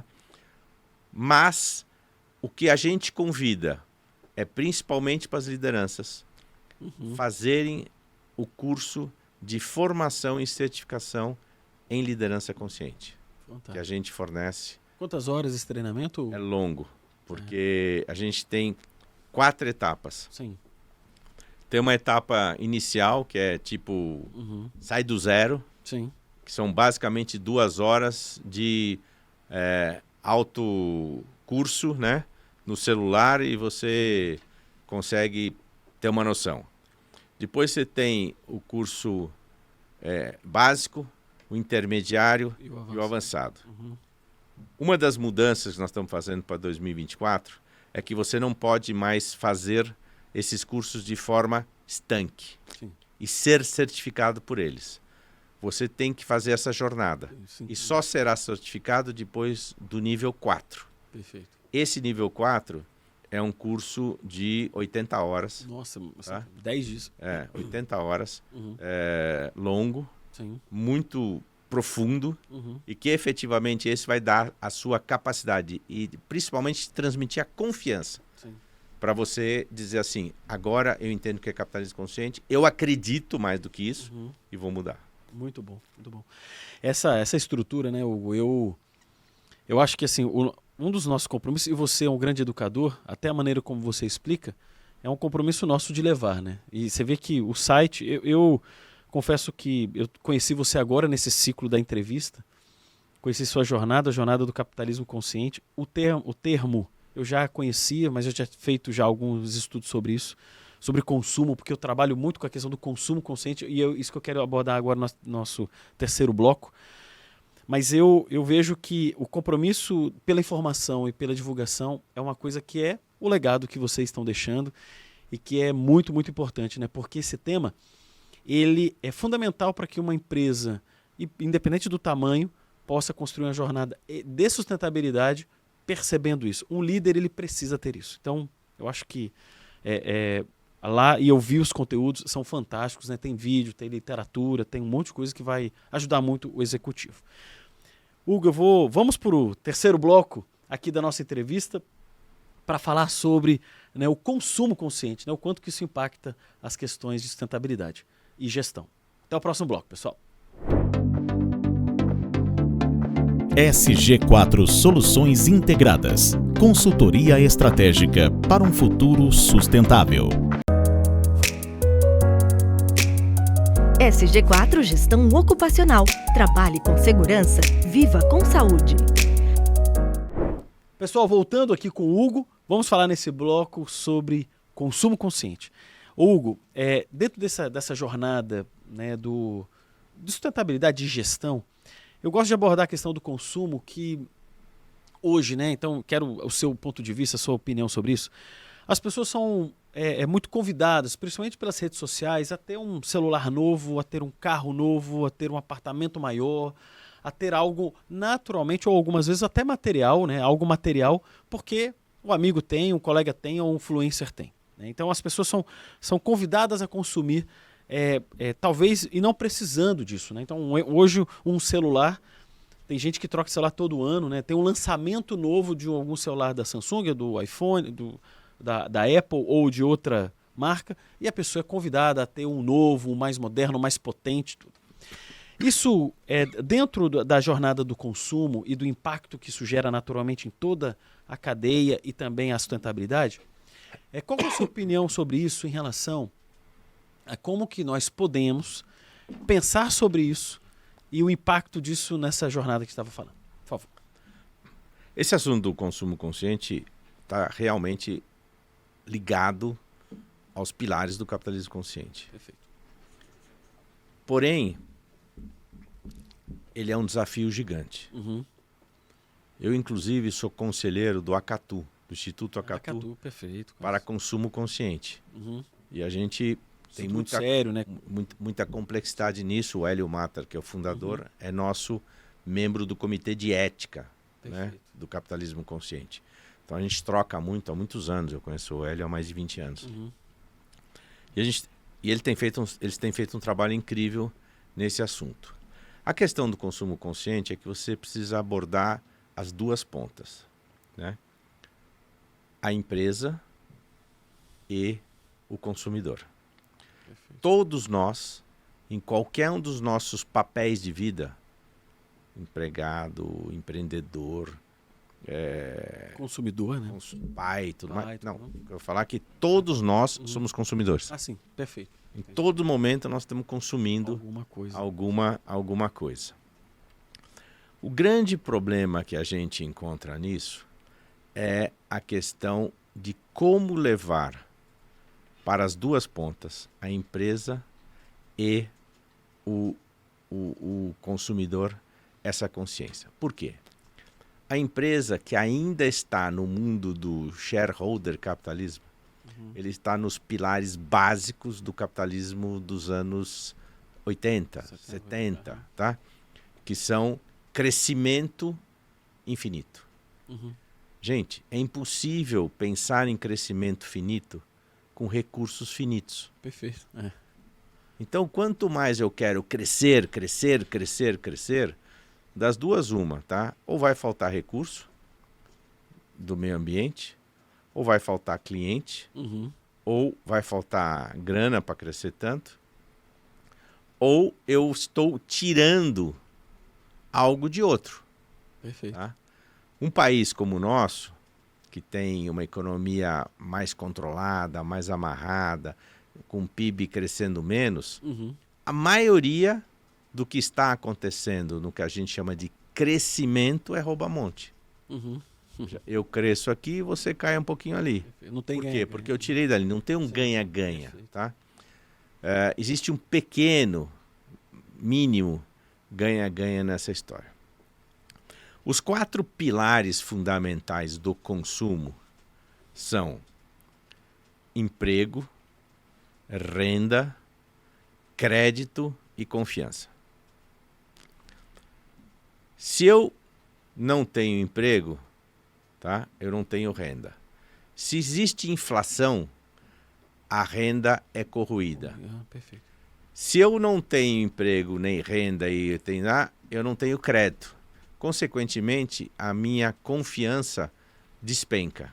Mas o que a gente convida é principalmente para as lideranças uhum. fazerem o curso de formação e certificação em liderança consciente, Fantástico. que a gente fornece. Quantas horas esse treinamento? É longo, porque é. a gente tem quatro etapas. Sim. Tem uma etapa inicial, que é tipo, uhum. sai do zero, Sim. que são basicamente duas horas de é, autocurso, né, no celular, e você consegue ter uma noção. Depois você tem o curso é, básico, o intermediário e o avançado. E o avançado. Uhum. Uma das mudanças que nós estamos fazendo para dois mil e vinte e quatro é que você não pode mais fazer esses cursos de forma estanque Sim. e ser certificado por eles. Você tem que fazer essa jornada. Sim. E só será certificado depois do nível quatro. Perfeito. Esse nível quatro é um curso de oitenta horas. Nossa, tá? dez dias. É, oitenta horas. Uhum. É, longo, Sim. muito profundo Uhum. e que efetivamente esse vai dar a sua capacidade e principalmente transmitir a confiança para você dizer assim, agora eu entendo que é capitalismo consciente, eu acredito mais do que isso Uhum. e vou mudar. Muito bom, muito bom. Essa, essa estrutura, né, Hugo, eu, eu acho que assim, o, um dos nossos compromissos, e você é um grande educador, até a maneira como você explica, é um compromisso nosso de levar, né? E você vê que o site, eu, eu confesso que eu conheci você agora nesse ciclo da entrevista, conheci sua jornada, a jornada do capitalismo consciente. O termo, o termo eu já conhecia, mas eu já tinha feito já alguns estudos sobre isso, sobre consumo, porque eu trabalho muito com a questão do consumo consciente, e eu, isso que eu quero abordar agora no nosso, nosso terceiro bloco. Mas eu, eu vejo que o compromisso pela informação e pela divulgação é uma coisa que é o legado que vocês estão deixando e que é muito, muito importante, né? Porque esse tema ele é fundamental para que uma empresa, independente do tamanho, possa construir uma jornada de sustentabilidade percebendo isso. Um líder ele precisa ter isso. Então, eu acho que é, é, lá, e eu vi os conteúdos, são fantásticos, né? Tem vídeo, tem literatura, tem um monte de coisa que vai ajudar muito o executivo. Hugo, eu vou, vamos para o terceiro bloco aqui da nossa entrevista para falar sobre, né, o consumo consciente, né, o quanto que isso impacta as questões de sustentabilidade e gestão. Até o próximo bloco, pessoal. S G quatro Soluções Integradas. Consultoria estratégica para um futuro sustentável. S G quatro Gestão Ocupacional. Trabalhe com segurança, viva com saúde. Pessoal, voltando aqui com o Hugo, vamos falar nesse bloco sobre consumo consciente. Hugo, é, dentro dessa, dessa jornada, né, do, de sustentabilidade de gestão, eu gosto de abordar a questão do consumo que hoje, né, então quero o seu ponto de vista, a sua opinião sobre isso. As pessoas são é, é, muito convidadas, principalmente pelas redes sociais, a ter um celular novo, a ter um carro novo, a ter um apartamento maior, a ter algo naturalmente, ou algumas vezes até material, né, algo material, porque o amigo tem, um colega tem, ou um influencer tem. Né? Então as pessoas são, são convidadas a consumir, é, é, talvez, e não precisando disso. Né? Então hoje um celular, tem gente que troca celular todo ano, né? Tem um lançamento novo de algum celular da Samsung, do iPhone, do, da, da Apple ou de outra marca, e a pessoa é convidada a ter um novo, um mais moderno, mais potente. Tudo. Isso, é, dentro da jornada do consumo e do impacto que isso gera naturalmente em toda a cadeia e também a sustentabilidade, é, qual é a sua opinião sobre isso em relação a como que nós podemos pensar sobre isso e o impacto disso nessa jornada que você estava falando? Por favor. Esse assunto do consumo consciente está realmente ligado aos pilares do capitalismo consciente. Perfeito. Porém, ele é um desafio gigante. Uhum. Eu, inclusive, sou conselheiro do Acatu, do Instituto Acatu, Acatu, perfeito. para consumo consciente. Uhum. E a gente tem Muito muita, sério, né? muita, muita complexidade nisso. O Hélio Matar, que é o fundador, uhum. é nosso membro do comitê de ética, né, do capitalismo consciente. Então a gente troca muito, há muitos anos. Eu conheço o Hélio há mais de vinte anos. Uhum. E, a gente, e ele tem feito um, eles têm feito um trabalho incrível nesse assunto. A questão do consumo consciente é que você precisa abordar as duas pontas, né? A empresa e o consumidor. Perfeito. Todos nós, em qualquer um dos nossos papéis de vida, empregado, empreendedor, é, consumidor, né? Cons pai, tudo pai, mais. Tudo não, não. eu vou falar que todos nós uhum. somos consumidores. Ah, sim, perfeito. Em Entendi. Todo momento nós estamos consumindo alguma coisa. Alguma, alguma coisa. O grande problema que a gente encontra nisso é a questão de como levar para as duas pontas, a empresa e o, o, o consumidor, essa consciência. Por quê? A empresa que ainda está no mundo do shareholder capitalismo, uhum. ele está nos pilares básicos do capitalismo dos anos oitenta, setenta, tá? Que são crescimento infinito. Uhum. Gente, é impossível pensar em crescimento finito com recursos finitos. Perfeito. É. Então, quanto mais eu quero crescer, crescer, crescer, crescer, das duas uma, tá? Ou vai faltar recurso do meio ambiente, ou vai faltar cliente, Uhum. ou vai faltar grana para crescer tanto, ou eu estou tirando algo de outro. Perfeito. Tá? Um país como o nosso, que tem uma economia mais controlada, mais amarrada, com o P I B crescendo menos, Uhum. a maioria do que está acontecendo no que a gente chama de crescimento é rouba-monte. Uhum. Eu cresço aqui e você cai um pouquinho ali. Não tem Por quê? ganha-ganha. Porque eu tirei dali. Não tem um Sim. ganha-ganha. Perfeito. Tá? É, existe um pequeno, mínimo ganha-ganha nessa história. Os quatro pilares fundamentais do consumo são emprego, renda, crédito e confiança. Se eu não tenho emprego, tá? Eu não tenho renda. Se existe inflação, a renda é corroída. Ah, perfeito. Se eu não tenho emprego nem renda e eu, tenho, ah, eu não tenho crédito. Consequentemente, a minha confiança despenca.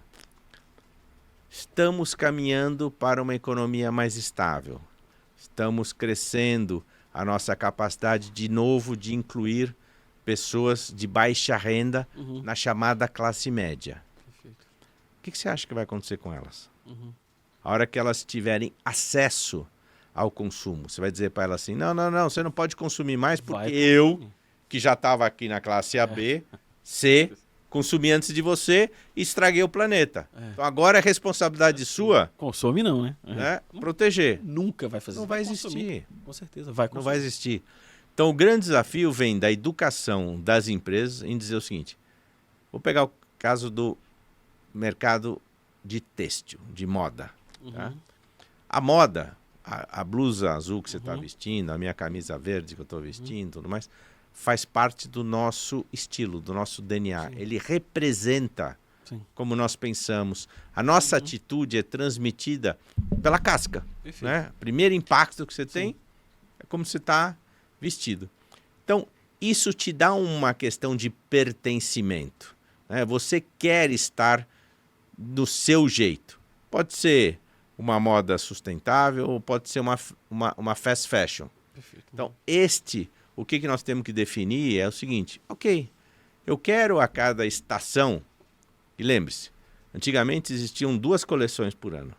Estamos caminhando para uma economia mais estável. Estamos crescendo a nossa capacidade de novo de incluir pessoas de baixa renda Uhum. na chamada classe média. Perfeito. O que, que você acha que vai acontecer com elas? Uhum. A hora que elas tiverem acesso ao consumo, você vai dizer para elas assim, não, não, não, você não pode consumir mais porque Vai eu, consumir. que já estava aqui na classe A, B, C, consumi antes de você e estraguei o planeta. É. Então agora é responsabilidade sua, Consome não, né? né, proteger. Nunca vai fazer Não isso. vai consumir. existir. Com certeza. Vai Não consumir. vai existir. Então o grande desafio vem da educação das empresas em dizer o seguinte, vou pegar o caso do mercado de têxtil, de moda. Tá? Uhum. A moda, a, a blusa azul que você está Uhum. vestindo, a minha camisa verde que eu estou vestindo, tudo mais, faz parte do nosso estilo, do nosso D N A. Sim. Ele representa Sim. como nós pensamos. A nossa Uhum. atitude é transmitida pela casca. Perfeito. Né? Primeiro impacto que você tem é como você está vestido. Então, isso te dá uma questão de pertencimento. Né? Você quer estar do seu jeito. Pode ser uma moda sustentável ou pode ser uma, uma, uma fast fashion. Perfeito. Então, este, o que, que nós temos que definir é o seguinte, ok, eu quero a cada estação, e lembre-se, antigamente existiam duas coleções por ano,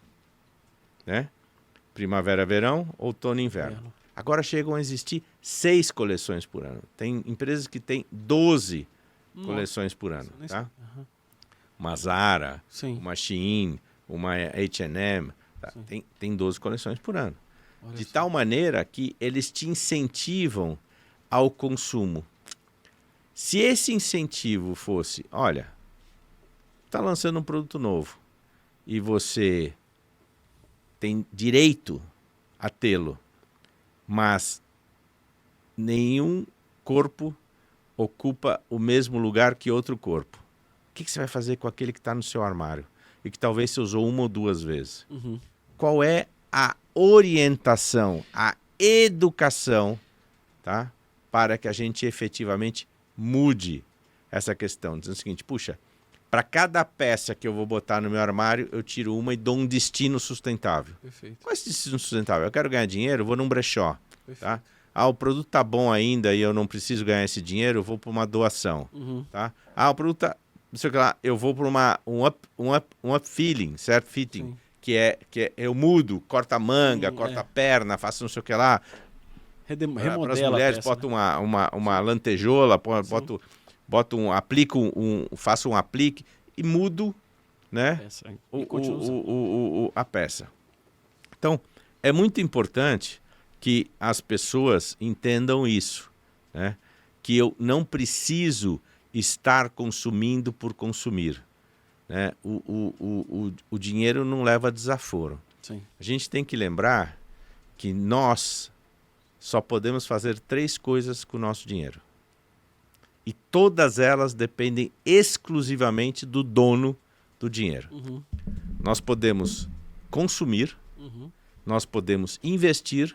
né? Primavera, verão, outono e inverno. Inverno. Agora chegam a existir seis coleções por ano. Tem empresas que têm doze Nossa. coleções por ano, Isso nem tá? sei. Aham. Uma Zara, Sim. uma Shein, uma H and M, tá? Sim. tem, tem doze coleções por ano. Olha De só. tal maneira que eles te incentivam ao consumo. Se esse incentivo fosse, olha, está lançando um produto novo e você tem direito a tê-lo, mas nenhum corpo ocupa o mesmo lugar que outro corpo. O que, que você vai fazer com aquele que está no seu armário e que talvez você usou uma ou duas vezes? Uhum. Qual é a orientação, a educação, tá? Para que a gente efetivamente mude essa questão. Dizendo o seguinte, puxa, para cada peça que eu vou botar no meu armário, eu tiro uma e dou um destino sustentável. Perfeito. Qual é esse destino sustentável? Eu quero ganhar dinheiro, eu vou num brechó, Perfeito. tá? Ah, o produto tá bom ainda e eu não preciso ganhar esse dinheiro, eu vou para uma doação, Uhum. tá? Ah, o produto tá, não sei o que lá, eu vou para uma um up, um up, um up feeling, certo? Fitting. Sim. Que é, que é, eu mudo, corta a manga, Sim, corta é. a perna, faço não sei o que lá. Redem- Para as Remodela mulheres, a peça, boto né? uma, uma, uma lantejola, po- boto, boto um, aplico um, faço um aplique e mudo, né, Peça. E o, o, continua usando. o, o, o, a peça. Então, é muito importante que as pessoas entendam isso, né? Que eu não preciso estar consumindo por consumir. Né? O, o, o, o, o dinheiro não leva desaforo. Sim. A gente tem que lembrar que nós só podemos fazer três coisas com o nosso dinheiro. E todas elas dependem exclusivamente do dono do dinheiro. Uhum. Nós podemos consumir, Uhum. nós podemos investir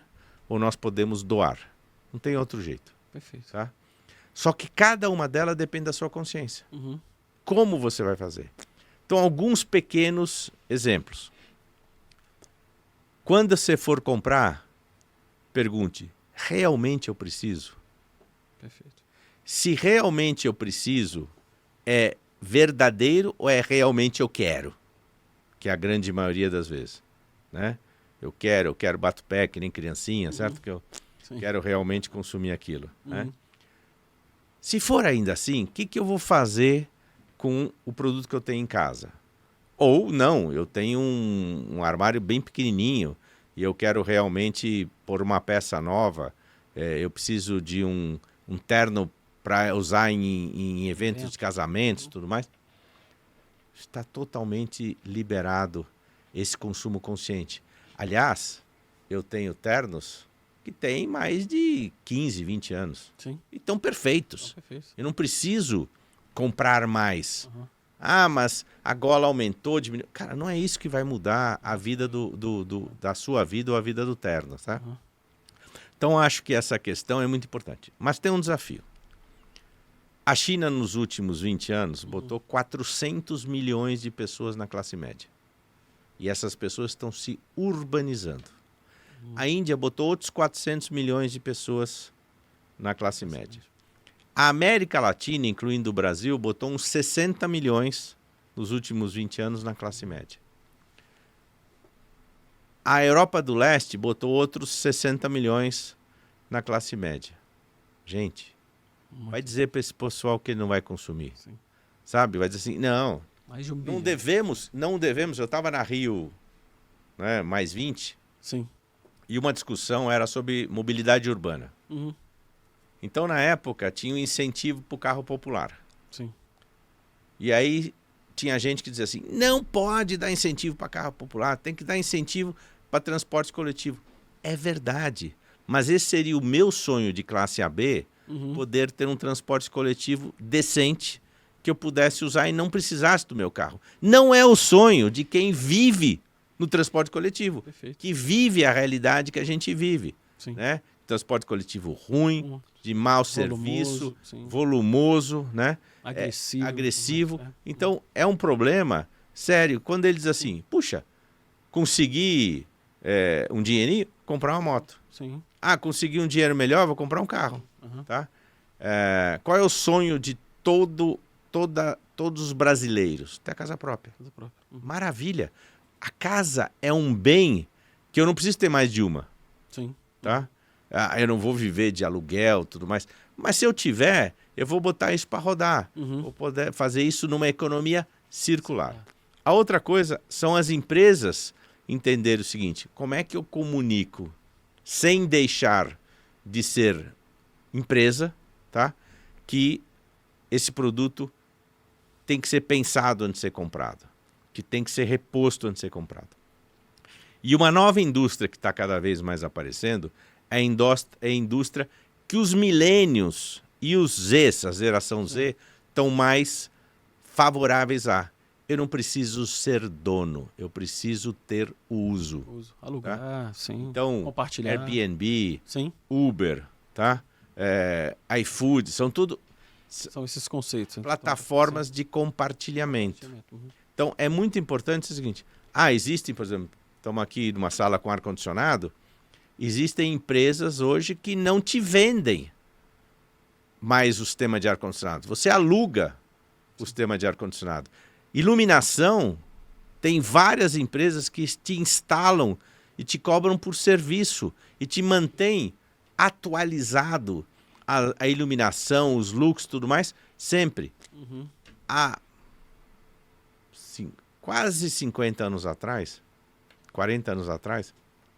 ou nós podemos doar. Não tem outro jeito. Perfeito. Tá? Só que cada uma delas depende da sua consciência. Uhum. Como você vai fazer? Então, alguns pequenos exemplos. Quando você for comprar, pergunte, realmente eu preciso? Perfeito. Se realmente eu preciso, é verdadeiro ou é realmente eu quero? Que é a grande maioria das vezes. Né? Eu quero, eu quero bato pé que nem criancinha, uhum. certo? Que eu Sim. quero realmente consumir aquilo. Uhum. Né? Se for ainda assim, o que, que eu vou fazer com o produto que eu tenho em casa? Ou não, eu tenho um, um armário bem pequenininho e eu quero realmente pôr uma peça nova, é, eu preciso de um, um terno para usar em, em eventos Evento. de casamentos e tudo mais. Está totalmente liberado esse consumo consciente. Aliás, eu tenho ternos que têm mais de quinze, vinte anos. Sim. E estão perfeitos. Então, perfeito. Eu não preciso comprar mais. Uhum. Ah, mas a gola aumentou, diminuiu. Cara, não é isso que vai mudar a vida do, do, do, da sua vida ou a vida do terno, tá? Uhum. Então, acho que essa questão é muito importante. Mas tem um desafio. A China, nos últimos vinte anos, uhum. botou quatrocentos milhões de pessoas na classe média. E essas pessoas estão se urbanizando. Uhum. A Índia botou outros quatrocentos milhões de pessoas na classe média. A América Latina, incluindo o Brasil, botou uns sessenta milhões nos últimos vinte anos na classe média. A Europa do Leste botou outros sessenta milhões na classe média. Gente, Muito vai dizer para esse pessoal que ele não vai consumir. Sim. Sabe? Vai dizer assim, não, mais de um não devemos, não devemos. Eu estava na Rio, né, mais vinte, Sim. e uma discussão era sobre mobilidade urbana. Uhum. Então, na época, tinha um incentivo para o carro popular. Sim. E aí tinha gente que dizia assim, não pode dar incentivo para carro popular, tem que dar incentivo para transporte coletivo. É verdade, mas esse seria o meu sonho de classe A B, uhum. poder ter um transporte coletivo decente, que eu pudesse usar e não precisasse do meu carro. Não é o sonho de quem vive no transporte coletivo, Perfeito. Que vive a realidade que a gente vive. Sim. Né? Transporte coletivo ruim, uhum. de mau volumoso, serviço, sim. volumoso, né? agressivo. É, agressivo. É. Então, é um problema sério. Quando ele diz assim, puxa, consegui é, um dinheirinho, comprar uma moto. Sim. Ah, consegui um dinheiro melhor, vou comprar um carro. Uhum. Tá? É, qual é o sonho de todo, toda, todos os brasileiros? Ter a casa própria. Casa própria. Uhum. Maravilha. A casa é um bem que eu não preciso ter mais de uma. Sim. Tá? Ah, eu não vou viver de aluguel, tudo mais. Mas se eu tiver, eu vou botar isso para rodar. Uhum. Vou poder fazer isso numa economia circular. Sim. A outra coisa são as empresas entenderem o seguinte, como é que eu comunico sem deixar de ser empresa, tá? Que esse produto tem que ser pensado antes de ser comprado, que tem que ser reposto antes de ser comprado. E uma nova indústria que está cada vez mais aparecendo é a indústria, é a indústria que os milênios e os Zs, a geração Z, estão mais favoráveis a. Eu não preciso ser dono, eu preciso ter o uso. uso. Alugar, tá? Sim. Então, compartilhar. Airbnb, sim. Uber, tá? É, iFood, são tudo... São esses conceitos. Plataformas então, de compartilhamento. compartilhamento. Uhum. Então, é muito importante o seguinte. Ah, existem, por exemplo, estamos aqui numa sala com ar-condicionado, existem empresas hoje que não te vendem mais o sistema de ar-condicionado. Você aluga o sistema de ar-condicionado. Iluminação, tem várias empresas que te instalam e te cobram por serviço e te mantém atualizado a, a iluminação, os looks e tudo mais, sempre. Uhum. Há sim, quase cinquenta anos atrás, quarenta anos atrás,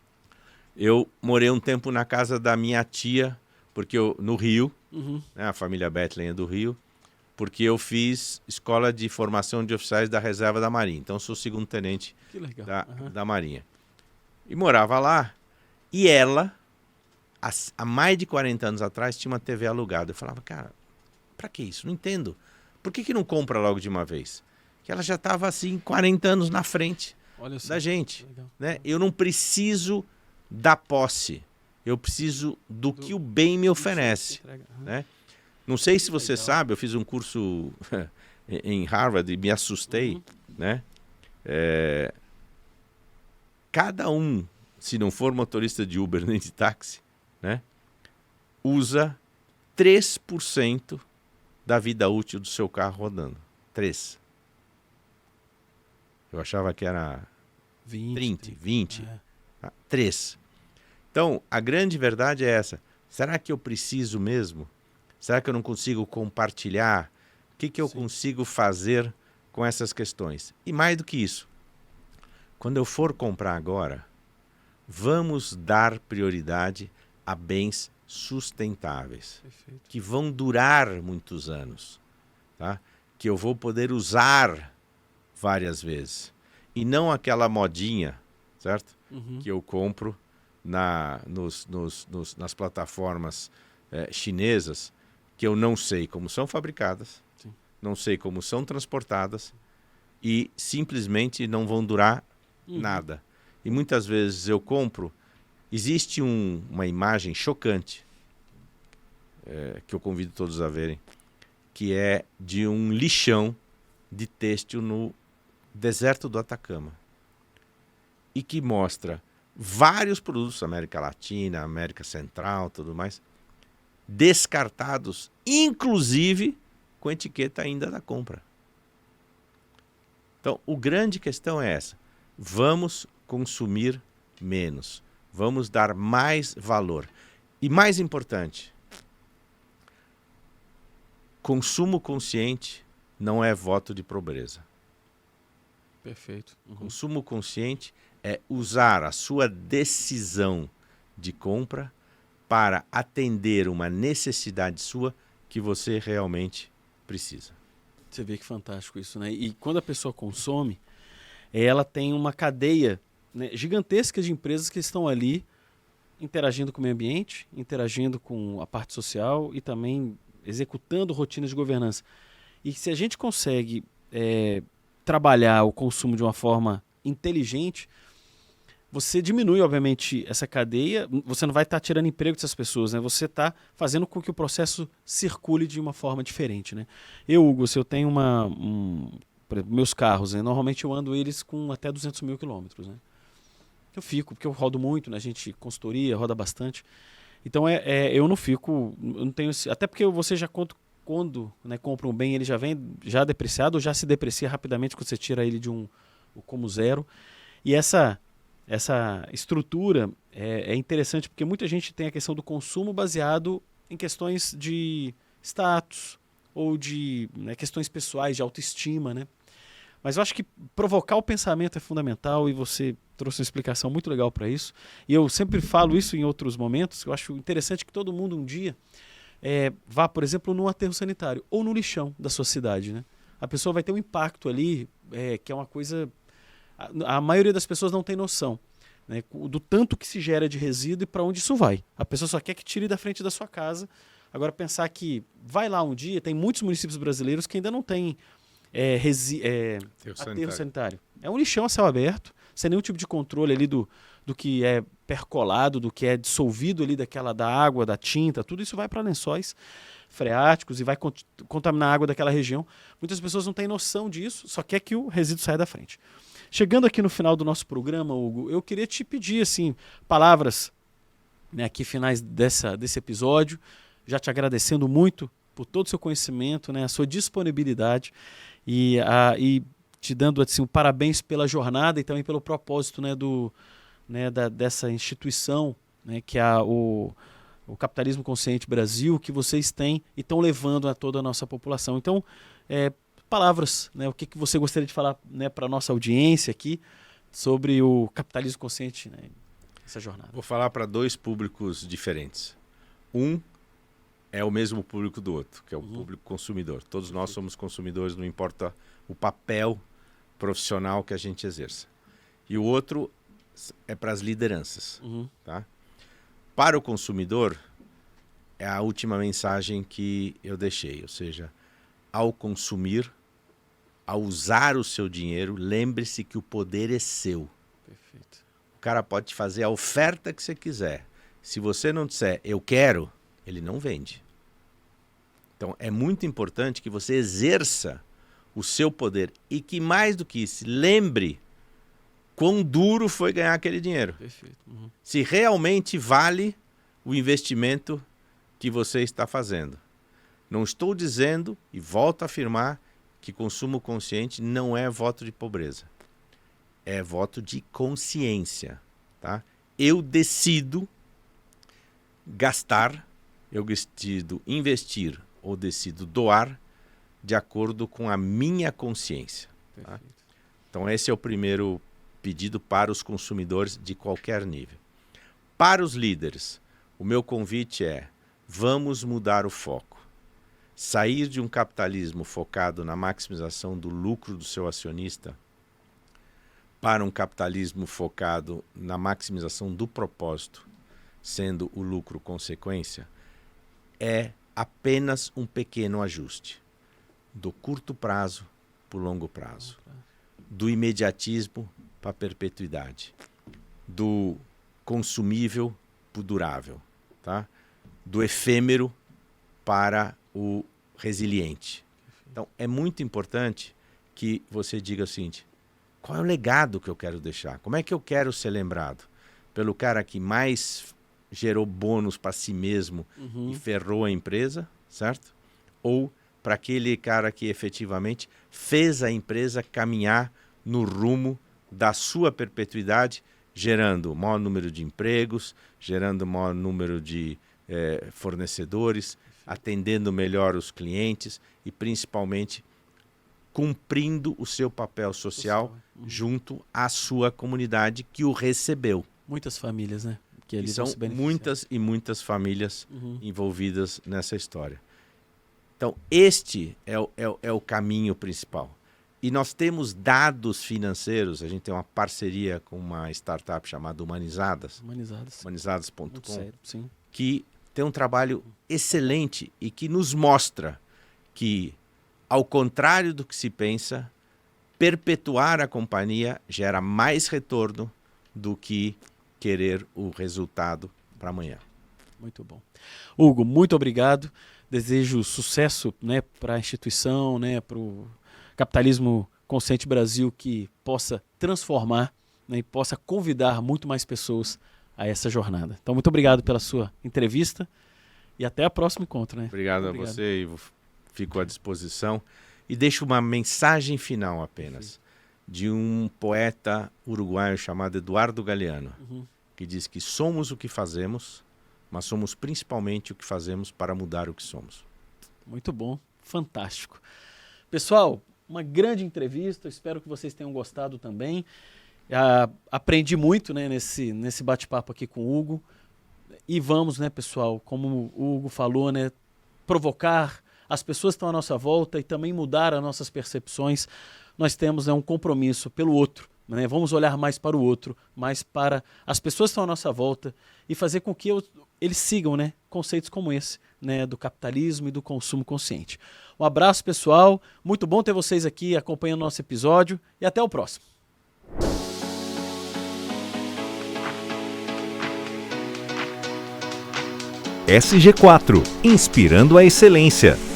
eu morei um tempo na casa da minha tia, porque eu, no Rio, uhum. né, a família Bethlen é do Rio, porque eu fiz escola de formação de oficiais da reserva da Marinha. Então, eu sou segundo tenente da, uhum. da Marinha. E morava lá. E ela, há, há mais de quarenta anos atrás, tinha uma T V alugada. Eu falava, cara, pra que isso? Não entendo. Por que que não compra logo de uma vez? Que ela já estava, assim, quarenta anos na frente Olha da gente. Né? Eu não preciso da posse. eu preciso do, do que o bem me oferece. Uhum. Né? Não sei se você Legal. sabe, eu fiz um curso em Harvard e me assustei. Uhum. Né? É, cada um, se não for motorista de Uber nem de táxi, né, usa três por cento da vida útil do seu carro rodando. três. Eu achava que era vinte, trinta, vinte. É. Tá? três. Então, a grande verdade é essa. Será que eu preciso mesmo? Será que eu não consigo compartilhar? O que, que eu Sim. consigo fazer com essas questões? E mais do que isso, quando eu for comprar agora, vamos dar prioridade a bens sustentáveis, Perfeito. que vão durar muitos anos, tá? Que eu vou poder usar várias vezes. E não aquela modinha, certo? Uhum. Que eu compro na, nos, nos, nos, nas plataformas eh, chinesas, que eu não sei como são fabricadas, Sim. não sei como são transportadas e simplesmente não vão durar uhum. nada. E muitas vezes eu compro, existe um, uma imagem chocante, é, que eu convido todos a verem, que é de um lixão de têxtil no deserto do Atacama. E que mostra vários produtos, América Latina, América Central, tudo mais, descartados, inclusive com etiqueta ainda da compra. Então, a grande questão é essa. Vamos consumir menos. Vamos dar mais valor. E mais importante, consumo consciente não é voto de pobreza. Perfeito. Uhum. Consumo consciente é usar a sua decisão de compra para atender uma necessidade sua que você realmente precisa. Você vê que fantástico isso, né? E quando a pessoa consome, ela tem uma cadeia, né, gigantesca de empresas que estão ali interagindo com o meio ambiente, interagindo com a parte social e também executando rotinas de governança. E se a gente consegue é, trabalhar o consumo de uma forma inteligente, você diminui, obviamente, essa cadeia, você não vai estar tá tirando emprego dessas pessoas, né? Você está fazendo com que o processo circule de uma forma diferente, né? Eu, Hugo, se eu tenho uma... Um, por exemplo, meus carros, né? Normalmente eu ando eles com até duzentos mil quilômetros, né? Eu fico, porque eu rodo muito, né? A gente, consultoria, roda bastante. Então, é, é, eu não fico... Eu não tenho esse, até porque você já conta quando, né, compra um bem, ele já vem já depreciado ou já se deprecia rapidamente quando você tira ele de um como zero. E essa... Essa estrutura é, é interessante porque muita gente tem a questão do consumo baseado em questões de status ou de, né, questões pessoais, de autoestima, né? Mas eu acho que provocar o pensamento é fundamental e você trouxe uma explicação muito legal para isso. E eu sempre falo isso em outros momentos, eu acho interessante que todo mundo um dia é, vá, por exemplo, num aterro sanitário ou no lixão da sua cidade, né? A pessoa vai ter um impacto ali, é, que é uma coisa... A maioria das pessoas não tem noção, né, do tanto que se gera de resíduo e para onde isso vai. A pessoa só quer que tire da frente da sua casa. Agora, pensar que vai lá um dia, tem muitos municípios brasileiros que ainda não têm é, resi é, aterro sanitário. sanitário. É um lixão a céu aberto, sem nenhum tipo de controle ali do, do que é percolado, do que é dissolvido ali daquela, da água, da tinta, tudo isso vai para lençóis freáticos e vai cont contaminar a água daquela região. Muitas pessoas não têm noção disso, só quer que o resíduo saia da frente. Chegando aqui no final do nosso programa, Hugo, eu queria te pedir assim, palavras, né, aqui finais dessa, desse episódio, já te agradecendo muito por todo o seu conhecimento, né, a sua disponibilidade e, a, e te dando assim, um parabéns pela jornada e também pelo propósito, né, do, né, da, dessa instituição, né, que é a, o, o Capitalismo Consciente Brasil, que vocês têm e estão levando a toda a nossa população. Então, é, palavras, né? O que, que você gostaria de falar, né, para a nossa audiência aqui sobre o capitalismo consciente, né, essa jornada? Vou falar para dois públicos diferentes. Um é o mesmo público do outro, que é o uhum. público consumidor. Todos nós somos consumidores, não importa o papel profissional que a gente exerça. E o outro é para as lideranças. Uhum. Tá? Para o consumidor, é a última mensagem que eu deixei, ou seja, ao consumir, ao usar o seu dinheiro, lembre-se que o poder é seu. Perfeito. O cara pode te fazer a oferta que você quiser. Se você não disser eu quero, ele não vende. Então é muito importante que você exerça o seu poder e que mais do que isso, lembre quão duro foi ganhar aquele dinheiro. Perfeito. Uhum. Se realmente vale o investimento que você está fazendo. Não estou dizendo, e volto a afirmar, que consumo consciente não é voto de pobreza. É voto de consciência. Tá? Eu decido gastar, eu decido investir ou decido doar de acordo com a minha consciência. Tá? Então esse é o primeiro pedido para os consumidores de qualquer nível. Para os líderes, o meu convite é: vamos mudar o foco. Sair de um capitalismo focado na maximização do lucro do seu acionista para um capitalismo focado na maximização do propósito, sendo o lucro consequência, é apenas um pequeno ajuste do curto prazo para o longo prazo, do imediatismo para a perpetuidade, do consumível para o durável, tá? Do efêmero para o resiliente. Então, é muito importante que você diga o seguinte: qual é o legado que eu quero deixar? Como é que eu quero ser lembrado? Pelo cara que mais gerou bônus para si mesmo Uhum. e ferrou a empresa, certo? Ou para aquele cara que efetivamente fez a empresa caminhar no rumo da sua perpetuidade, gerando maior número de empregos, gerando maior número de eh, fornecedores, atendendo melhor os clientes e principalmente cumprindo o seu papel social, Social. Uhum. junto à sua comunidade que o recebeu. Muitas famílias, né? Que E eles são vão se beneficiar. muitas e muitas famílias Uhum. envolvidas nessa história. Então, este é o, é, o, é o caminho principal. E nós temos dados financeiros, a gente tem uma parceria com uma startup chamada Humanizadas, Humanizadas. humanizadas ponto Muito com, sério, sim. que tem um trabalho excelente e que nos mostra que, ao contrário do que se pensa, perpetuar a companhia gera mais retorno do que querer o resultado para amanhã. Muito bom. Hugo, muito obrigado. Desejo sucesso, né, para a instituição, né, para o Capitalismo Consciente Brasil, que possa transformar, né, e possa convidar muito mais pessoas a essa jornada. Então, muito obrigado pela sua entrevista e até o próximo encontro. Né? Obrigado, Obrigado. a você, Ivo. Fico à disposição. E deixo uma mensagem final apenas, de um poeta uruguaio chamado Eduardo Galeano, Uhum. que diz que somos o que fazemos, mas somos principalmente o que fazemos para mudar o que somos. Muito bom, fantástico. Pessoal, uma grande entrevista, espero que vocês tenham gostado também. Ah, aprendi muito, né, nesse, nesse bate-papo aqui com o Hugo. E vamos, né, pessoal, como o Hugo falou, né, provocar as pessoas que estão à nossa volta e também mudar as nossas percepções. Nós temos, né, um compromisso pelo outro. Né? Vamos olhar mais para o outro, mais para as pessoas que estão à nossa volta e fazer com que eu, eles sigam, né, conceitos como esse, né, do capitalismo e do consumo consciente. Um abraço, pessoal. Muito bom ter vocês aqui acompanhando o nosso episódio e até o próximo. S G quatro, inspirando a excelência.